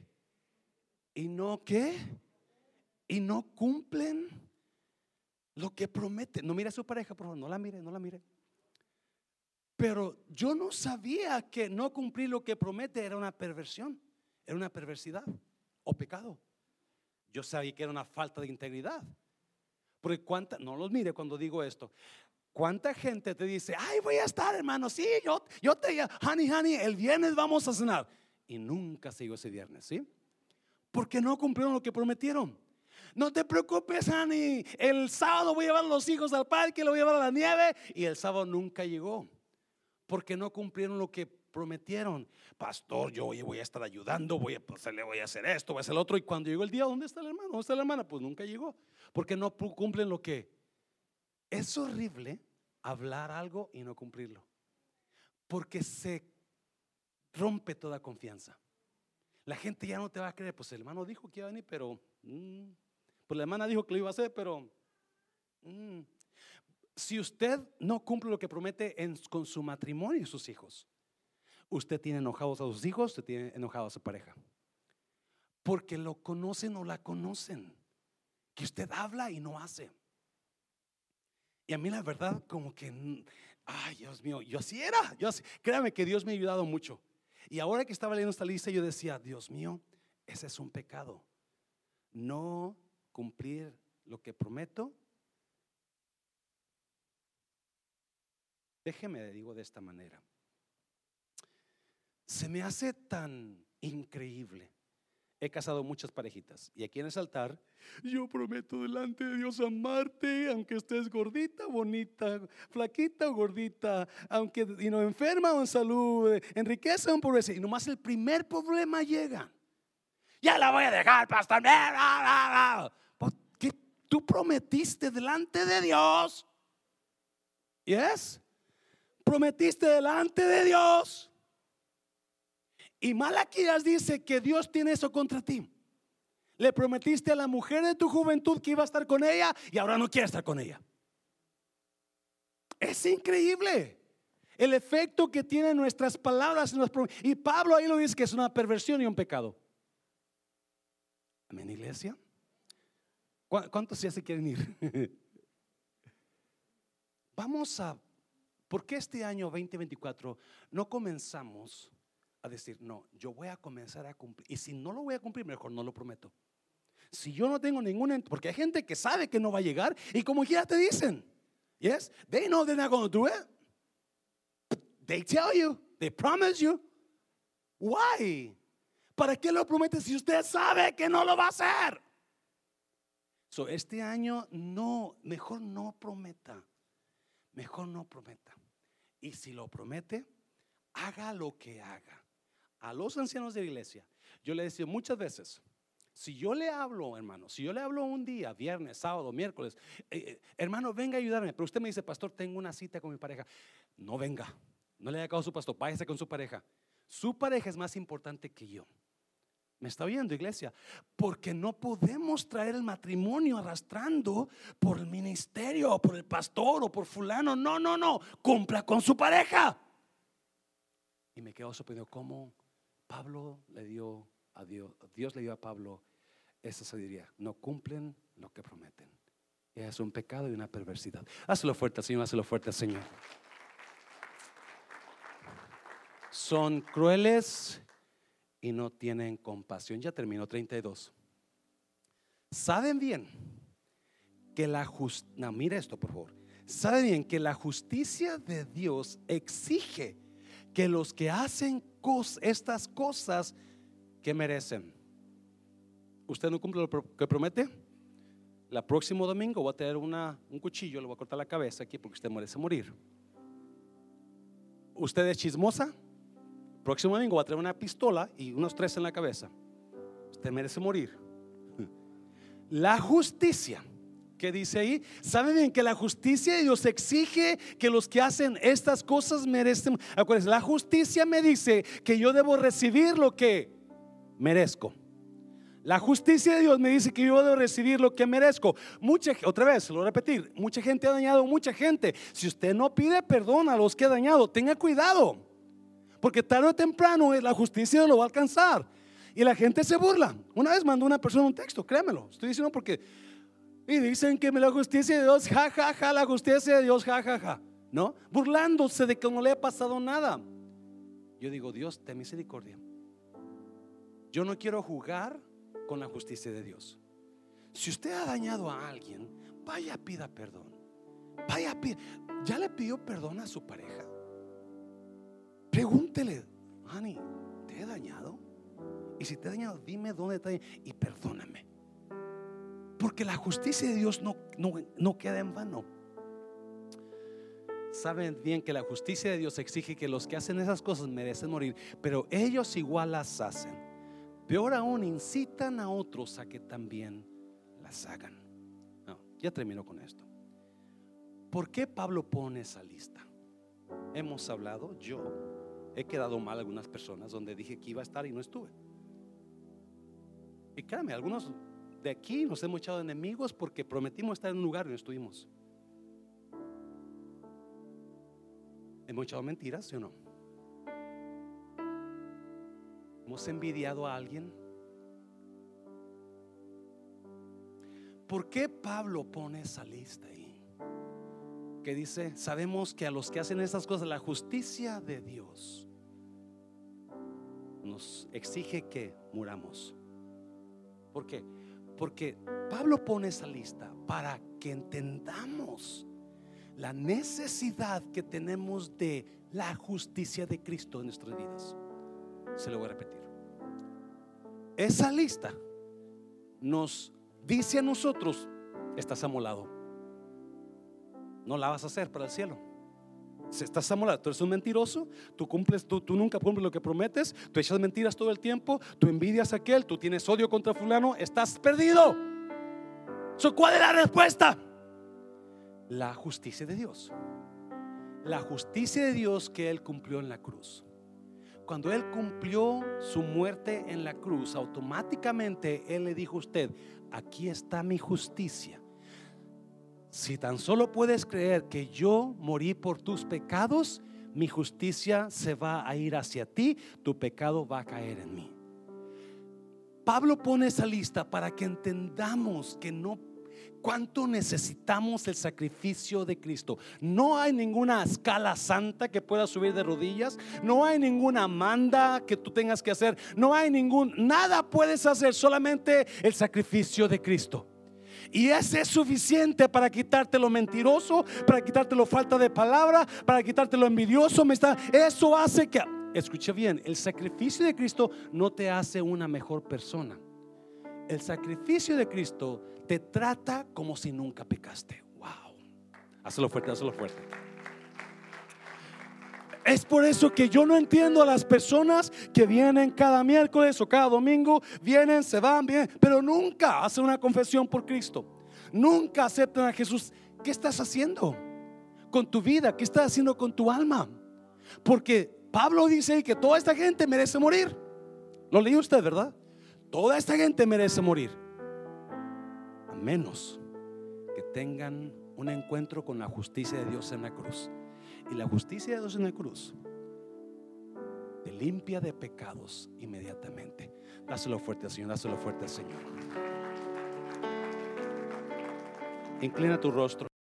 cumplen lo que prometen. No mire a su pareja, por favor, no la mire. Pero yo no sabía que no cumplir lo que promete era una perversión, era una perversidad o pecado. Yo sabía que era una falta de integridad. Porque no los mire cuando digo esto. ¿Cuánta gente te dice, ay, voy a estar, hermano? Sí, yo te honey, el viernes vamos a cenar. Y nunca se llegó ese viernes, ¿sí? Porque no cumplieron lo que prometieron. No te preocupes, honey, el sábado voy a llevar a los hijos al parque, lo voy a llevar a la nieve. Y el sábado nunca llegó, porque no cumplieron lo que prometieron. Pastor, yo voy a estar ayudando, voy a hacer esto, voy a hacer lo otro. Y cuando llegó el día, ¿dónde está el hermano? ¿Dónde está la hermana? Pues nunca llegó, porque no cumplen lo que. Es horrible hablar algo y no cumplirlo, porque se rompe toda confianza. La gente ya no te va a creer. Pues el hermano dijo que iba a venir, pero pues la hermana dijo que lo iba a hacer, pero si usted no cumple lo que promete con su matrimonio y sus hijos, usted tiene enojados a sus hijos, usted tiene enojado a su pareja, porque lo conocen o la conocen, que usted habla y no hace. Y a mí la verdad como que, ay Dios mío, yo así era. Créame que Dios me ha ayudado mucho. Y ahora que estaba leyendo esta lista, yo decía, Dios mío, ese es un pecado. No cumplir lo que prometo. Déjeme, digo de esta manera. Se me hace tan increíble. He casado muchas parejitas y aquí en el altar, yo prometo delante de Dios amarte, aunque estés gordita, bonita, flaquita o gordita, aunque enferma o en salud, en riqueza o en pobreza. Y nomás el primer problema llega. Ya la voy a dejar, pastor. ¿Qué tú prometiste delante de Dios? ¿Yes? Prometiste delante de Dios. Y Malaquías dice que Dios tiene eso contra ti. Le prometiste a la mujer de tu juventud que iba a estar con ella y ahora no quiere estar con ella. Es increíble el efecto que tienen nuestras palabras. Y Pablo ahí lo dice que es una perversión y un pecado. Amén, iglesia. ¿Cuántos ya se quieren ir? ¿Por qué este año 2024 no comenzamos a decir, no, yo voy a comenzar a cumplir? Y si no lo voy a cumplir, mejor no lo prometo. Si yo no tengo porque hay gente que sabe que no va a llegar y como quiera te dicen, yes, they know they're not going to do it. They tell you, they promise you. Why? ¿Para qué lo promete si usted sabe que no lo va a hacer? So, este año mejor no prometa. Mejor no prometa. Y si lo promete, haga lo que haga. A los ancianos de la iglesia, yo le decía muchas veces, si yo le hablo, hermano, si yo le hablo un día, viernes, sábado, miércoles, hermano, venga a ayudarme, pero usted me dice, pastor, tengo una cita con mi pareja. No venga, no le haga caso a su pastor, váyase con su pareja. Su pareja es más importante que yo. ¿Me está oyendo, iglesia? Porque no podemos traer el matrimonio arrastrando por el ministerio o por el pastor o por fulano. No, cumpla con su pareja. Y me quedo sorprendido cómo Pablo le dio a Dios le dio a Pablo esa sabiduría. No cumplen lo que prometen. Es un pecado y una perversidad. Hazlo fuerte, Señor, hazlo fuerte, Señor. Son crueles y no tienen compasión. Ya terminó, 32. Saben bien que no, mire esto por favor. Sabe bien que la justicia de Dios exige que los que hacen estas cosas que merecen. ¿Usted no cumple lo que promete? El próximo domingo voy a tener un cuchillo, le voy a cortar la cabeza aquí porque usted merece morir. ¿Usted es chismosa? Próximo domingo voy a traer una pistola y unos 3 en la cabeza. Usted merece morir. La justicia, ¿qué dice ahí? ¿Saben bien que la justicia de Dios exige que los que hacen estas cosas merecen? Acuérdense, la justicia me dice que yo debo recibir lo que merezco. La justicia de Dios me dice que yo debo recibir lo que merezco. Otra vez, lo voy a repetir, mucha gente ha dañado a mucha gente. Si usted no pide perdón a los que ha dañado, tenga cuidado, porque tarde o temprano la justicia lo va a alcanzar. Y la gente se burla. Una vez mandó una persona un texto, créamelo, estoy diciendo porque, y dicen que la justicia de Dios, ja, ja, ja, la justicia de Dios, ja, ja, ja, ¿no? Burlándose de que no le ha pasado nada. Yo digo, Dios, ten misericordia. Yo no quiero jugar con la justicia de Dios. Si usted ha dañado a alguien, vaya, pida perdón. Vaya, ¿ya le pidió perdón a su pareja? Pregúntele, honey, ¿te he dañado? Y si te he dañado, dime dónde está y perdóname. Porque la justicia de Dios no queda en vano. Saben bien que la justicia de Dios exige que los que hacen esas cosas merecen morir, pero ellos igual las hacen. Peor aún, incitan a otros a que también las hagan. No, ya termino con esto. ¿Por qué Pablo pone esa lista? Hemos hablado, yo he quedado mal a algunas personas donde dije que iba a estar y no estuve. Y créanme, algunos de aquí nos hemos echado enemigos porque prometimos estar en un lugar y no estuvimos. ¿Hemos echado mentiras, sí o no? ¿Hemos envidiado a alguien? ¿Por qué Pablo pone esa lista ahí? Que dice, sabemos que a los que hacen esas cosas, la justicia de Dios nos exige que muramos. ¿Por qué? Porque Pablo pone esa lista para que entendamos la necesidad que tenemos de la justicia de Cristo en nuestras vidas. Se lo voy a repetir. Esa lista nos dice a nosotros: estás amolado, no la vas a hacer para el cielo. Estás amolado, tú eres un mentiroso, tú nunca cumples lo que prometes, tú echas mentiras todo el tiempo, tú envidias a aquel, tú tienes odio contra fulano, estás perdido. ¿Cuál es la respuesta? La justicia de Dios. La justicia de Dios que Él cumplió en la cruz. Cuando Él cumplió su muerte en la cruz, automáticamente Él le dijo a usted: aquí está mi justicia. Si tan solo puedes creer que yo morí por tus pecados, mi justicia se va a ir hacia ti, tu pecado va a caer en mí. Pablo pone esa lista para que entendamos que cuánto necesitamos el sacrificio de Cristo. No hay ninguna escala santa que pueda subir de rodillas. No hay ninguna manda que tú tengas que hacer. No hay nada puedes hacer, solamente el sacrificio de Cristo. Y ese es suficiente para quitarte lo mentiroso, para quitarte lo falta de palabra, para quitarte lo envidioso. Eso hace que, escucha bien, el sacrificio de Cristo no te hace una mejor persona. El sacrificio de Cristo te trata como si nunca pecaste. Wow. Hazlo fuerte, hazlo fuerte. Es por eso que yo no entiendo a las personas que vienen cada miércoles o cada domingo, vienen, se van, vienen, pero nunca hacen una confesión por Cristo. Nunca aceptan a Jesús. ¿Qué estás haciendo con tu vida? ¿Qué estás haciendo con tu alma? Porque Pablo dice que toda esta gente merece morir. Lo leí usted, ¿verdad? Toda esta gente merece morir, a menos que tengan un encuentro con la justicia de Dios en la cruz. Y la justicia de Dios en la cruz te limpia de pecados inmediatamente. Dáselo fuerte al Señor, dáselo fuerte al Señor. Inclina tu rostro.